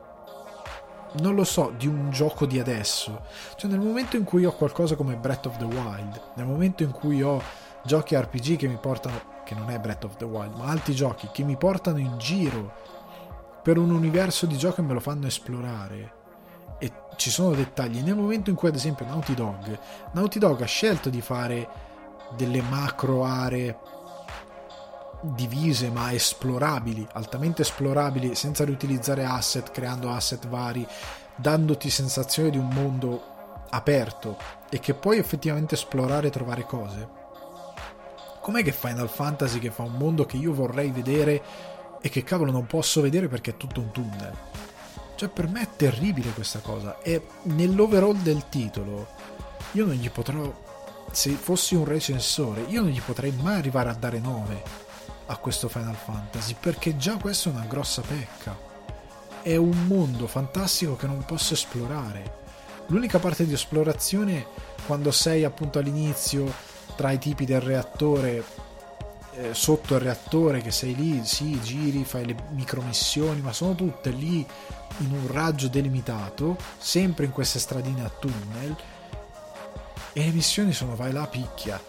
non lo so, di un gioco di adesso. Cioè nel momento in cui ho qualcosa come Breath of the Wild, nel momento in cui ho giochi R P G che mi portano, che non è Breath of the Wild, ma altri giochi che mi portano in giro per un universo di gioco e me lo fanno esplorare, e ci sono dettagli, nel momento in cui ad esempio Naughty Dog Naughty Dog ha scelto di fare delle macro aree divise ma esplorabili, altamente esplorabili, senza riutilizzare asset, creando asset vari, dandoti sensazione di un mondo aperto e che puoi effettivamente esplorare e trovare cose, com'è che Final Fantasy, che fa un mondo che io vorrei vedere e che cavolo non posso vedere perché è tutto un tunnel? Cioè, per me è terribile questa cosa. E nell'overall del titolo io non gli potrò, se fossi un recensore, io non gli potrei mai arrivare a dare nove a questo Final Fantasy, perché già questa è una grossa pecca. È un mondo fantastico che non posso esplorare. L'unica parte di esplorazione, quando sei appunto all'inizio tra i tipi del reattore, eh, sotto il reattore, che sei lì, sì, giri, fai le micromissioni, ma sono tutte lì in un raggio delimitato, sempre in queste stradine a tunnel, e le missioni sono vai là, picchia.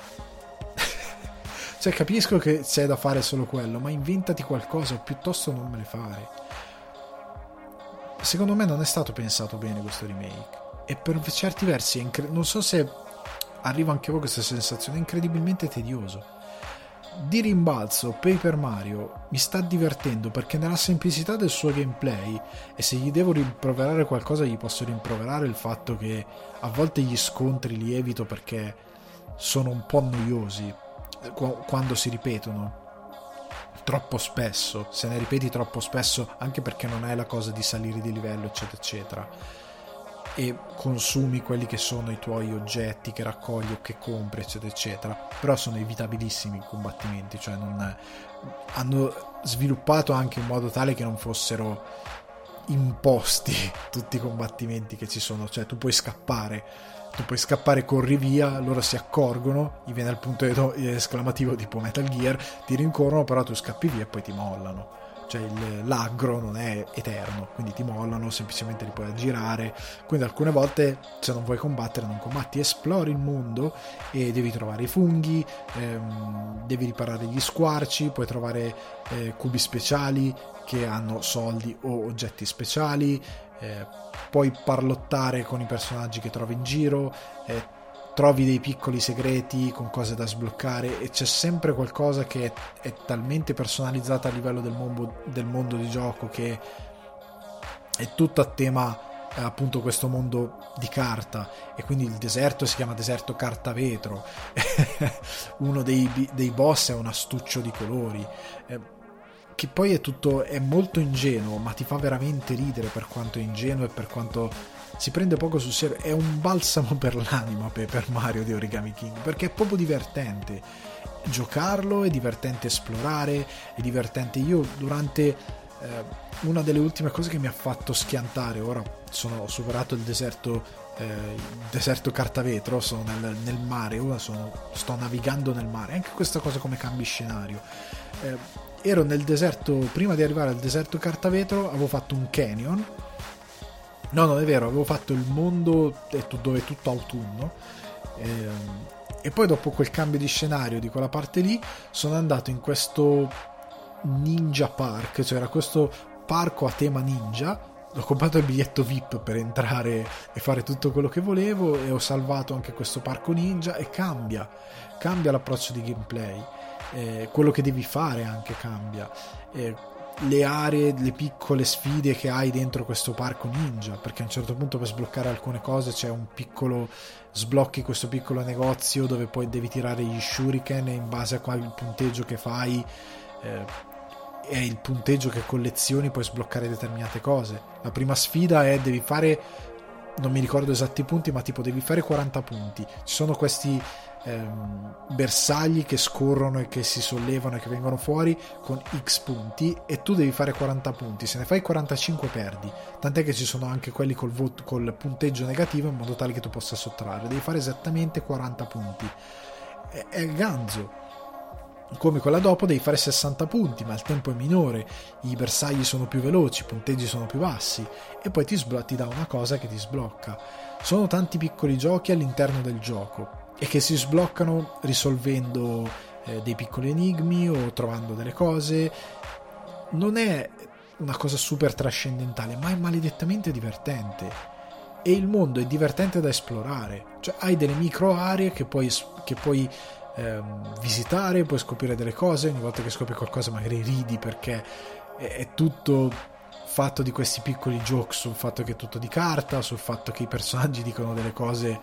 Cioè, capisco che c'è da fare solo quello, ma inventati qualcosa o piuttosto non me le fare. Secondo me non è stato pensato bene questo remake, e per certi versi è incre- non so se arriva anche a voi questa sensazione, è incredibilmente tedioso. Di rimbalzo Paper Mario mi sta divertendo perché nella semplicità del suo gameplay, e se gli devo rimproverare qualcosa gli posso rimproverare il fatto che a volte gli scontri li evito perché sono un po' noiosi quando si ripetono troppo spesso, se ne ripeti troppo spesso, anche perché non è la cosa di salire di livello eccetera eccetera, e consumi quelli che sono i tuoi oggetti che raccogli o che compri eccetera eccetera, però sono evitabilissimi i combattimenti, cioè non hanno sviluppato anche in modo tale che non fossero imposti tutti i combattimenti che ci sono, cioè tu puoi scappare tu puoi scappare, corri via, loro si accorgono, gli viene il punto esclamativo tipo Metal Gear, ti rincorrono, però tu scappi via e poi ti mollano. Cioè il, l'aggro non è eterno, quindi ti mollano, semplicemente li puoi aggirare. Quindi alcune volte, se non vuoi combattere, non combatti, esplori il mondo e devi trovare i funghi, ehm, devi riparare gli squarci, puoi trovare eh, cubi speciali che hanno soldi o oggetti speciali, eh, puoi parlottare con i personaggi che trovi in giro, eh, trovi dei piccoli segreti con cose da sbloccare, e c'è sempre qualcosa che è, è talmente personalizzata a livello del mondo, del mondo di gioco, che è tutto a tema eh, appunto questo mondo di carta, e quindi il deserto si chiama deserto carta vetro. Uno dei, dei boss è un astuccio di colori, eh, che poi è tutto, è molto ingenuo, ma ti fa veramente ridere per quanto è ingenuo e per quanto si prende poco sul serio. È un balsamo per l'anima per Mario di Origami King, perché è proprio divertente giocarlo, è divertente esplorare, è divertente. Io durante eh, una delle ultime cose che mi ha fatto schiantare, ora sono, ho superato il deserto eh, il deserto carta vetro, sono nel, nel mare, ora sono, sto navigando nel mare, anche questa cosa come cambi scenario. eh, ero nel deserto, prima di arrivare al deserto carta vetro avevo fatto un canyon, no non è vero, avevo fatto il mondo dove è tutto autunno, e, e poi dopo quel cambio di scenario di quella parte lì sono andato in questo Ninja Park, cioè era questo parco a tema ninja. Ho comprato il biglietto V I P per entrare e fare tutto quello che volevo, e ho salvato anche questo parco ninja, e cambia cambia l'approccio di gameplay, eh, quello che devi fare anche cambia, eh, le aree, le piccole sfide che hai dentro questo parco ninja, perché a un certo punto per sbloccare alcune cose c'è un piccolo, sblocchi questo piccolo negozio dove poi devi tirare gli shuriken, e in base a qual punteggio che fai eh, e il punteggio che collezioni puoi sbloccare determinate cose. La prima sfida è devi fare, non mi ricordo esatti punti, ma tipo devi fare quaranta punti. Ci sono questi ehm, bersagli che scorrono e che si sollevano e che vengono fuori con X punti, e tu devi fare quaranta punti. Se ne fai quarantacinque perdi, tant'è che ci sono anche quelli col, voto, col punteggio negativo, in modo tale che tu possa sottrarre. Devi fare esattamente quaranta punti. È, è ganzo. Come quella dopo devi fare sessanta punti, ma il tempo è minore, i bersagli sono più veloci, i punteggi sono più bassi, e poi ti, sblo- ti dà una cosa che ti sblocca. Sono tanti piccoli giochi all'interno del gioco, e che si sbloccano risolvendo eh, dei piccoli enigmi o trovando delle cose. Non è una cosa super trascendentale, ma è maledettamente divertente, e il mondo è divertente da esplorare. Cioè hai delle micro aree che puoi, che puoi visitare, puoi scoprire delle cose, ogni volta che scopri qualcosa magari ridi perché è, è tutto fatto di questi piccoli joke sul fatto che è tutto di carta, sul fatto che i personaggi dicono delle cose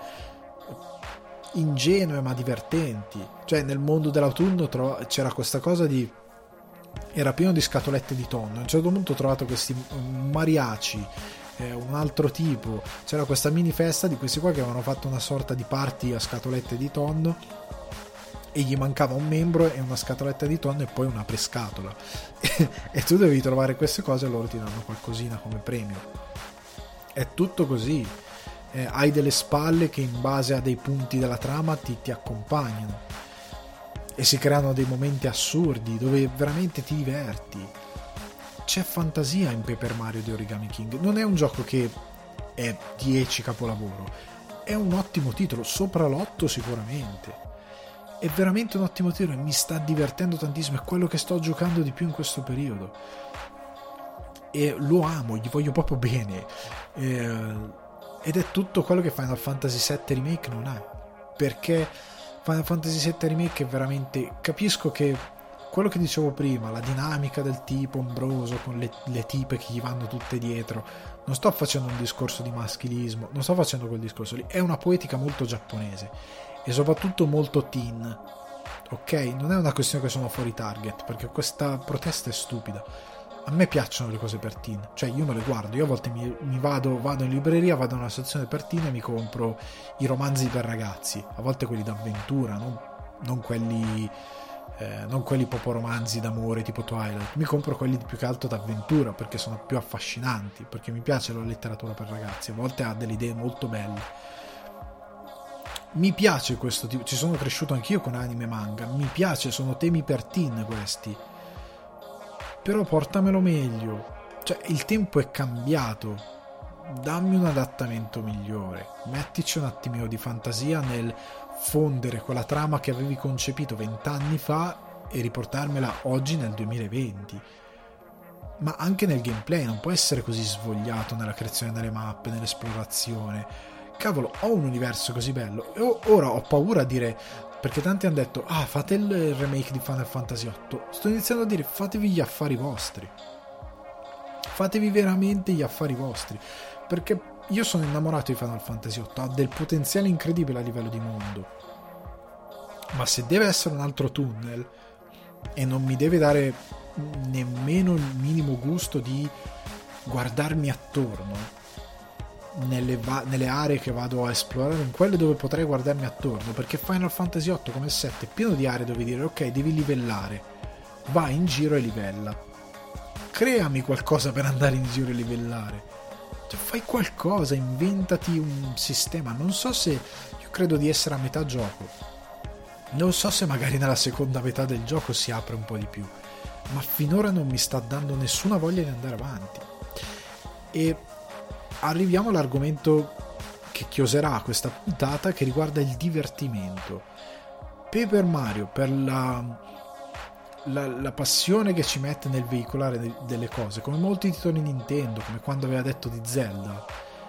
ingenue ma divertenti. Cioè nel mondo dell'autunno tro- c'era questa cosa di era pieno di scatolette di tonno. A un certo punto ho trovato questi mariachi, eh, un altro tipo, c'era questa mini festa di questi qua che avevano fatto una sorta di party a scatolette di tonno e gli mancava un membro e una scatoletta di tonno e poi una prescatola e tu devi trovare queste cose e loro ti danno qualcosina come premio. È tutto così, eh, hai delle spalle che in base a dei punti della trama ti, ti accompagnano e si creano dei momenti assurdi dove veramente ti diverti. C'è fantasia in Paper Mario di Origami King. Non è un gioco che è dieci capolavoro, è un ottimo titolo, sopra l'otto sicuramente. È veramente un ottimo titolo e mi sta divertendo tantissimo, è quello che sto giocando di più in questo periodo e lo amo, gli voglio proprio bene, eh, ed è tutto quello che Final Fantasy sette Remake non ha, perché Final Fantasy sette Remake è veramente, capisco che quello che dicevo prima, la dinamica del tipo ombroso con le, le tipe che gli vanno tutte dietro, non sto facendo un discorso di maschilismo, non sto facendo quel discorso lì, è una poetica molto giapponese e soprattutto molto teen, ok? Non è una questione che sono fuori target, perché questa protesta è stupida. A me piacciono le cose per teen, cioè io me le guardo, io a volte mi, mi vado, vado in libreria, vado in una sezione per teen e mi compro i romanzi per ragazzi, a volte quelli d'avventura, non, non quelli eh, non quelli proprio romanzi d'amore tipo Twilight, mi compro quelli più che altro d'avventura perché sono più affascinanti, perché mi piace la letteratura per ragazzi, a volte ha delle idee molto belle. Mi piace questo tipo, ci sono cresciuto anch'io con anime e manga, mi piace, sono temi per teen questi, però portamelo meglio, cioè il tempo è cambiato, dammi un adattamento migliore, mettici un attimino di fantasia nel fondere quella trama che avevi concepito vent'anni fa e riportarmela oggi nel duemilaventi, ma anche nel gameplay non può essere così svogliato nella creazione delle mappe, nell'esplorazione. Cavolo, ho un universo così bello e ora ho paura a dire, perché tanti hanno detto ah fate il remake di Final Fantasy otto, sto iniziando a dire fatevi gli affari vostri, fatevi veramente gli affari vostri, perché io sono innamorato di Final Fantasy otto, ha del potenziale incredibile a livello di mondo, ma se deve essere un altro tunnel e non mi deve dare nemmeno il minimo gusto di guardarmi attorno Nelle, va- nelle aree che vado a esplorare, in quelle dove potrei guardarmi attorno, perché Final Fantasy otto come sette è pieno di aree dove dire ok devi livellare, vai in giro e livella, creami qualcosa per andare in giro e livellare, cioè, fai qualcosa, inventati un sistema. Non so se, io credo di essere a metà gioco, non so se magari nella seconda metà del gioco si apre un po' di più, ma finora non mi sta dando nessuna voglia di andare avanti. E arriviamo all'argomento che chioserà questa puntata, che riguarda il divertimento. Paper Mario, per la, la, la passione che ci mette nel veicolare de, delle cose, come molti titoli Nintendo, come quando aveva detto di Zelda,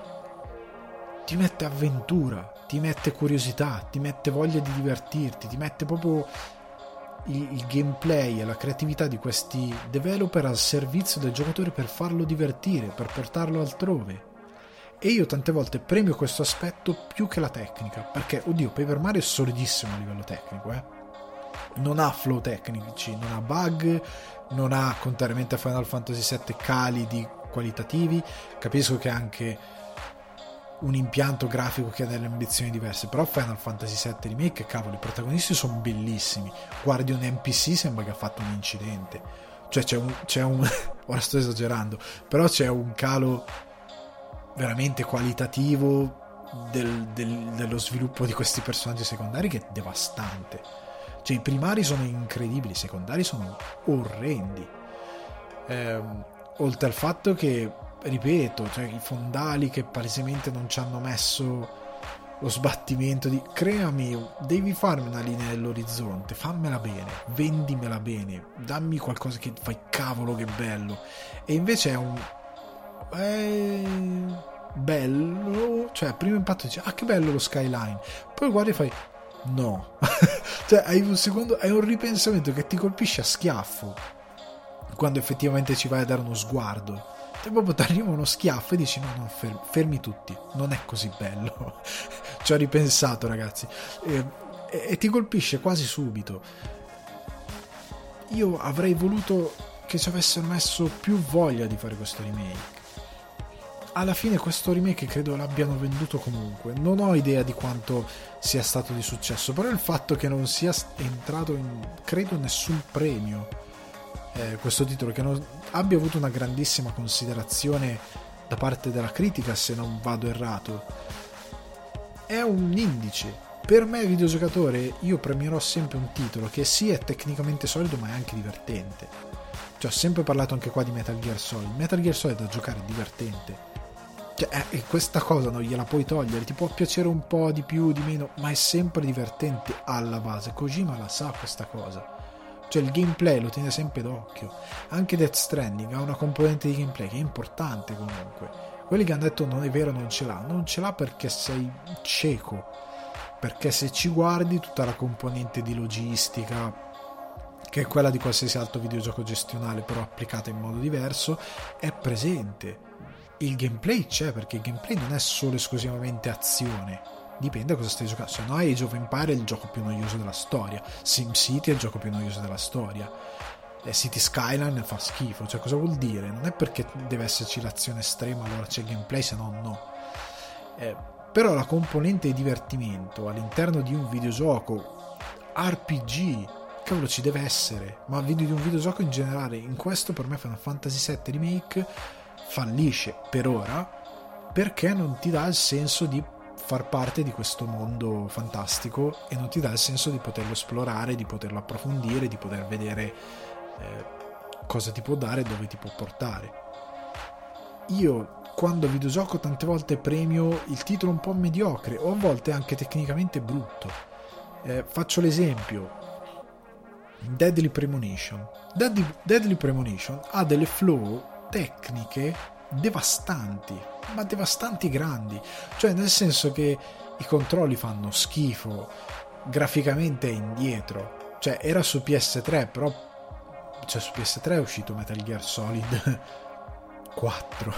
ti mette avventura, ti mette curiosità, ti mette voglia di divertirti, ti mette proprio il, il gameplay e la creatività di questi developer al servizio del giocatore per farlo divertire, per portarlo altrove. E io tante volte premio questo aspetto più che la tecnica, perché oddio Paper Mario è solidissimo a livello tecnico, eh? Non ha flow tecnici, non ha bug, non ha, contrariamente a Final Fantasy sette, cali di qualitativi. Capisco che ha anche un impianto grafico che ha delle ambizioni diverse, però Final Fantasy sette Remake, cavolo, i protagonisti sono bellissimi, guardi un N P C sembra che ha fatto un incidente, cioè c'è un, c'è un ora sto esagerando, però c'è un calo veramente qualitativo del, del, dello sviluppo di questi personaggi secondari che è devastante. Cioè i primari sono incredibili, i secondari sono orrendi, eh, oltre al fatto che, ripeto, cioè i fondali che palesemente non ci hanno messo lo sbattimento di creami, devi farmi una linea dell'orizzonte, fammela bene, vendimela bene, dammi qualcosa che fai cavolo che bello, e invece è un Eh, bello, cioè al primo impatto dici ah che bello lo skyline, poi guardi e fai no cioè hai un secondo, hai un ripensamento che ti colpisce a schiaffo quando effettivamente ci vai a dare uno sguardo, e proprio ti arriva uno schiaffo e dici no no fermi, fermi tutti, non è così bello. Ci ho ripensato, ragazzi, e, e, e ti colpisce quasi subito. Io avrei voluto che ci avessero messo più voglia di fare questo remake. Alla fine questo remake credo l'abbiano venduto comunque, non ho idea di quanto sia stato di successo, però il fatto che non sia entrato in credo nessun premio, eh, questo titolo, che non abbia avuto una grandissima considerazione da parte della critica, se non vado errato, è un indice. Per me videogiocatore io premierò sempre un titolo che sì è tecnicamente solido ma è anche divertente. Cioè, ho sempre parlato anche qua di Metal Gear Solid. Metal Gear Solid da giocare è divertente. Cioè, eh, e questa cosa non gliela puoi togliere. Ti può piacere un po' di più, di meno, ma è sempre divertente alla base. Kojima la sa questa cosa. Cioè, il gameplay lo tiene sempre d'occhio. Anche Death Stranding ha una componente di gameplay che è importante comunque. Quelli che hanno detto non è vero, non ce l'ha. Non ce l'ha perché sei cieco. Perché se ci guardi tutta la componente di logistica, che è quella di qualsiasi altro videogioco gestionale però applicata in modo diverso, è presente. Il gameplay c'è, perché il gameplay non è solo esclusivamente azione, dipende da cosa stai giocando. Se no Age of Empire è il gioco più noioso della storia, SimCity è il gioco più noioso della storia, e City Skyline fa schifo. Cioè, cosa vuol dire? Non è perché deve esserci l'azione estrema allora c'è il gameplay, se no no. Eh, però la componente di divertimento all'interno di un videogioco R P G, cavolo, ci deve essere. Ma video di un videogioco in generale, in questo per me Final Fantasy sette Remake fallisce per ora perché non ti dà il senso di far parte di questo mondo fantastico e non ti dà il senso di poterlo esplorare, di poterlo approfondire, di poter vedere eh, cosa ti può dare e dove ti può portare. Io quando videogioco tante volte premio il titolo un po' mediocre o a volte anche tecnicamente brutto. Eh, faccio l'esempio Deadly Premonition. Deadly, Deadly Premonition ha delle flow tecniche devastanti, ma devastanti grandi, cioè nel senso che i controlli fanno schifo, graficamente è indietro. Cioè era su P S tre, però cioè su P S tre è uscito Metal Gear Solid quattro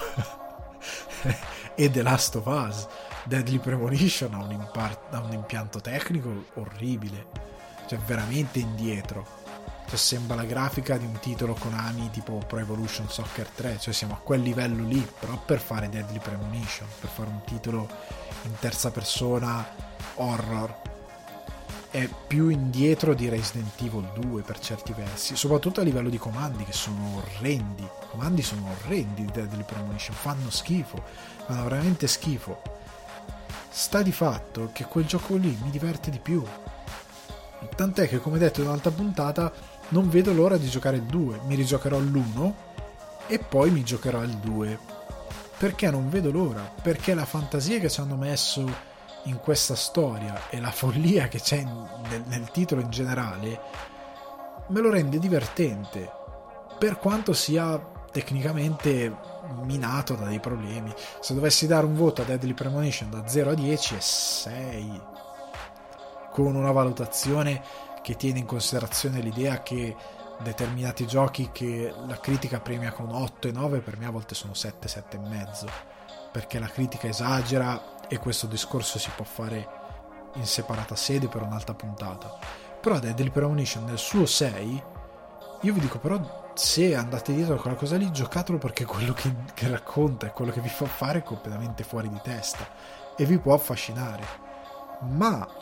e The Last of Us. Deadly Premonition ha un, impar- ha un impianto tecnico orribile, cioè veramente indietro. Cioè sembra la grafica di un titolo Konami tipo Pro Evolution Soccer tre, cioè siamo a quel livello lì, però per fare Deadly Premonition, per fare un titolo in terza persona horror, è più indietro di Resident Evil due per certi versi, soprattutto a livello di comandi che sono orrendi. I comandi sono orrendi di Deadly Premonition, fanno schifo, fanno veramente schifo. Sta di fatto che quel gioco lì mi diverte di più, tant'è che, come detto in un'altra puntata, non vedo l'ora di giocare il due. Mi rigiocherò l'uno e poi mi giocherò il due. Perché non vedo l'ora? Perché la fantasia che ci hanno messo in questa storia e la follia che c'è nel, nel titolo in generale me lo rende divertente, per quanto sia tecnicamente minato da dei problemi. Se dovessi dare un voto a Deadly Premonition da zero a dieci è sei, con una valutazione che tiene in considerazione l'idea che determinati giochi che la critica premia con otto e nove per me a volte sono sette, sette e mezzo, perché la critica esagera, e questo discorso si può fare in separata sede per un'altra puntata. Però Deadly Premonition nel suo sei, io vi dico, però se andate dietro a quella cosa lì, giocatelo, perché quello che, che racconta e quello che vi fa fare è completamente fuori di testa e vi può affascinare. Ma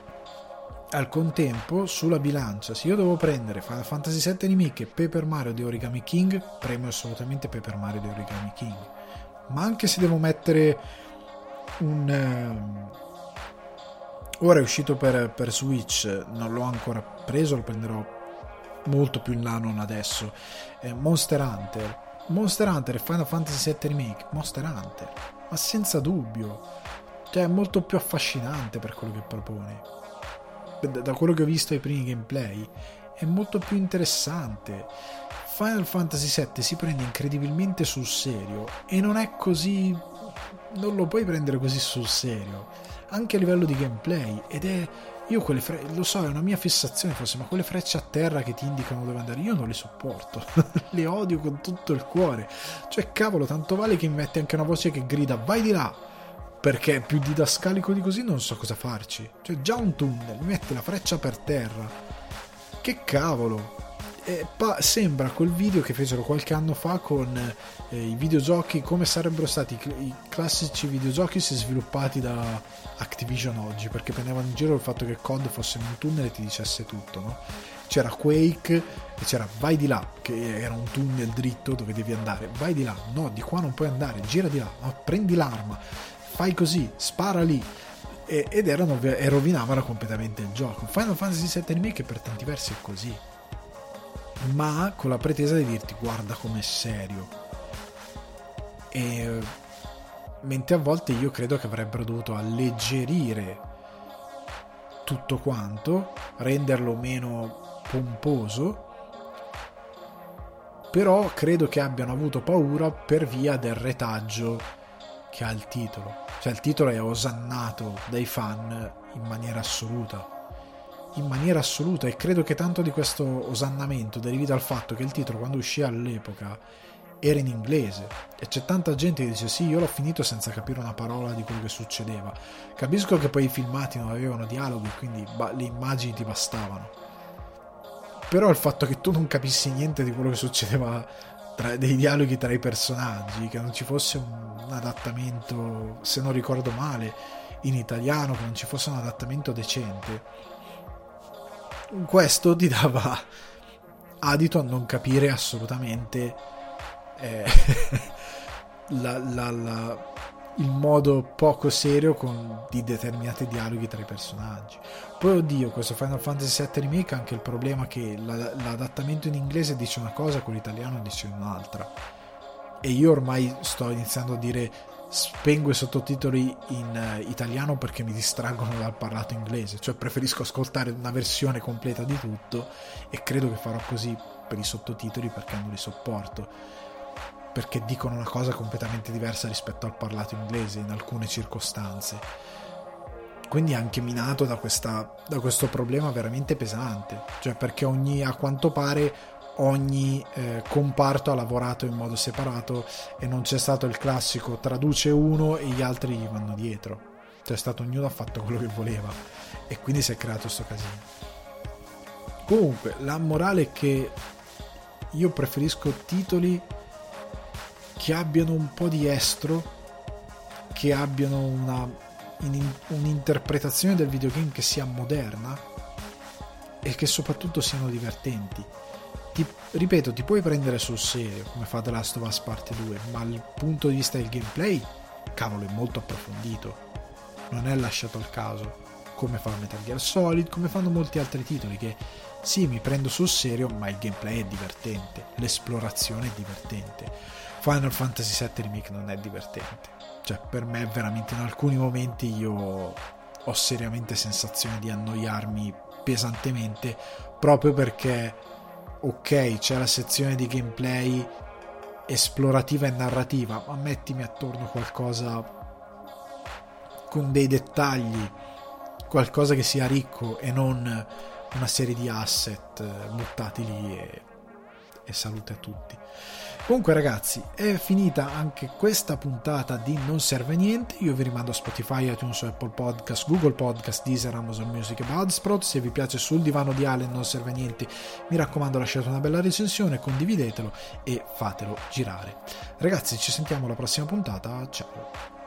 al contempo, sulla bilancia, se io devo prendere Final Fantasy sette Remake e Paper Mario The Origami King, premio assolutamente Paper Mario The Origami King. Ma anche se devo mettere un um... ora è uscito per, per Switch, non l'ho ancora preso, lo prenderò molto più in là, non adesso, eh, Monster Hunter Monster Hunter e Final Fantasy sette Remake. Monster Hunter, ma senza dubbio, cioè è molto più affascinante per quello che propone. Da quello che ho visto ai primi gameplay è molto più interessante. Final Fantasy sette si prende incredibilmente sul serio e non è così, non lo puoi prendere così sul serio anche a livello di gameplay, ed è Io quelle fre- lo so, è una mia fissazione forse, ma quelle frecce a terra che ti indicano dove andare, io non le sopporto. Le odio con tutto il cuore. Cioè, cavolo, tanto vale che mi metti anche una voce che grida vai di là, perché più didascalico di così non so cosa farci. Cioè, già un tunnel, mi metti la freccia per terra, che cavolo. E pa- sembra quel video che fecero qualche anno fa con eh, i videogiochi, come sarebbero stati i, i classici videogiochi se sviluppati da Activision oggi, perché prendevano in giro il fatto che C O D fosse in un tunnel e ti dicesse tutto, no? C'era Quake e c'era vai di là, che era un tunnel dritto dove devi andare, vai di là, no, di qua non puoi andare, gira di là, no, prendi l'arma, fai così, spara lì, e, ed erano, e rovinavano completamente il gioco. Final Fantasy sette Remake per tanti versi è così, ma con la pretesa di dirti guarda com'è serio. E mentre a volte io credo che avrebbero dovuto alleggerire tutto quanto, renderlo meno pomposo, però credo che abbiano avuto paura per via del retaggio che ha il titolo. Cioè il titolo è osannato dai fan in maniera assoluta in maniera assoluta e credo che tanto di questo osannamento derivi dal fatto che il titolo, quando uscì all'epoca, era in inglese e c'è tanta gente che dice sì, io l'ho finito senza capire una parola di quello che succedeva. Capisco che poi i filmati non avevano dialoghi, quindi ba- le immagini ti bastavano, però il fatto che tu non capissi niente di quello che succedeva tra, dei dialoghi tra i personaggi, che non ci fosse un, un adattamento, se non ricordo male, in italiano, che non ci fosse un adattamento decente, questo ti dava adito a non capire assolutamente eh, la, la, la, il modo poco serio con di determinati dialoghi tra i personaggi. Poi oddio, questo Final Fantasy sette Remake ha anche il problema che la, l'adattamento in inglese dice una cosa, con l'italiano dice un'altra, e io ormai sto iniziando a dire spengo i sottotitoli in uh, italiano perché mi distraggono dal parlato inglese, cioè preferisco ascoltare una versione completa di tutto, e credo che farò così per i sottotitoli perché non li sopporto, perché dicono una cosa completamente diversa rispetto al parlato inglese in alcune circostanze. Quindi è anche minato da, questa, da questo problema veramente pesante, cioè perché ogni, a quanto pare ogni eh, comparto ha lavorato in modo separato e non c'è stato il classico traduce uno e gli altri gli vanno dietro, c'è stato, ognuno ha fatto quello che voleva e quindi si è creato questo casino. Comunque la morale è che io preferisco titoli che abbiano un po' di estro, che abbiano una in, un'interpretazione del videogame che sia moderna e che soprattutto siano divertenti. Ti, ripeto, ti puoi prendere sul serio come fa The Last of Us Parte due, ma dal punto di vista del gameplay, cavolo, è molto approfondito, non è lasciato al caso, come fa Metal Gear Solid, come fanno molti altri titoli che sì, mi prendo sul serio, ma il gameplay è divertente, l'esplorazione è divertente. Final Fantasy sette Remake non è divertente, cioè per me veramente in alcuni momenti io ho seriamente sensazione di annoiarmi pesantemente, proprio perché ok, c'è la sezione di gameplay esplorativa e narrativa, ma mettimi attorno qualcosa con dei dettagli, qualcosa che sia ricco e non una serie di asset buttati lì e, e salute a tutti. Comunque ragazzi, è finita anche questa puntata di Non Serve Niente. Io vi rimando a Spotify, iTunes, Apple Podcast, Google Podcast, Deezer, Amazon Music e Buzzsprout. Se vi piace Sul Divano di Ale Non Serve Niente, mi raccomando, lasciate una bella recensione, condividetelo e fatelo girare. Ragazzi, ci sentiamo alla prossima puntata, ciao!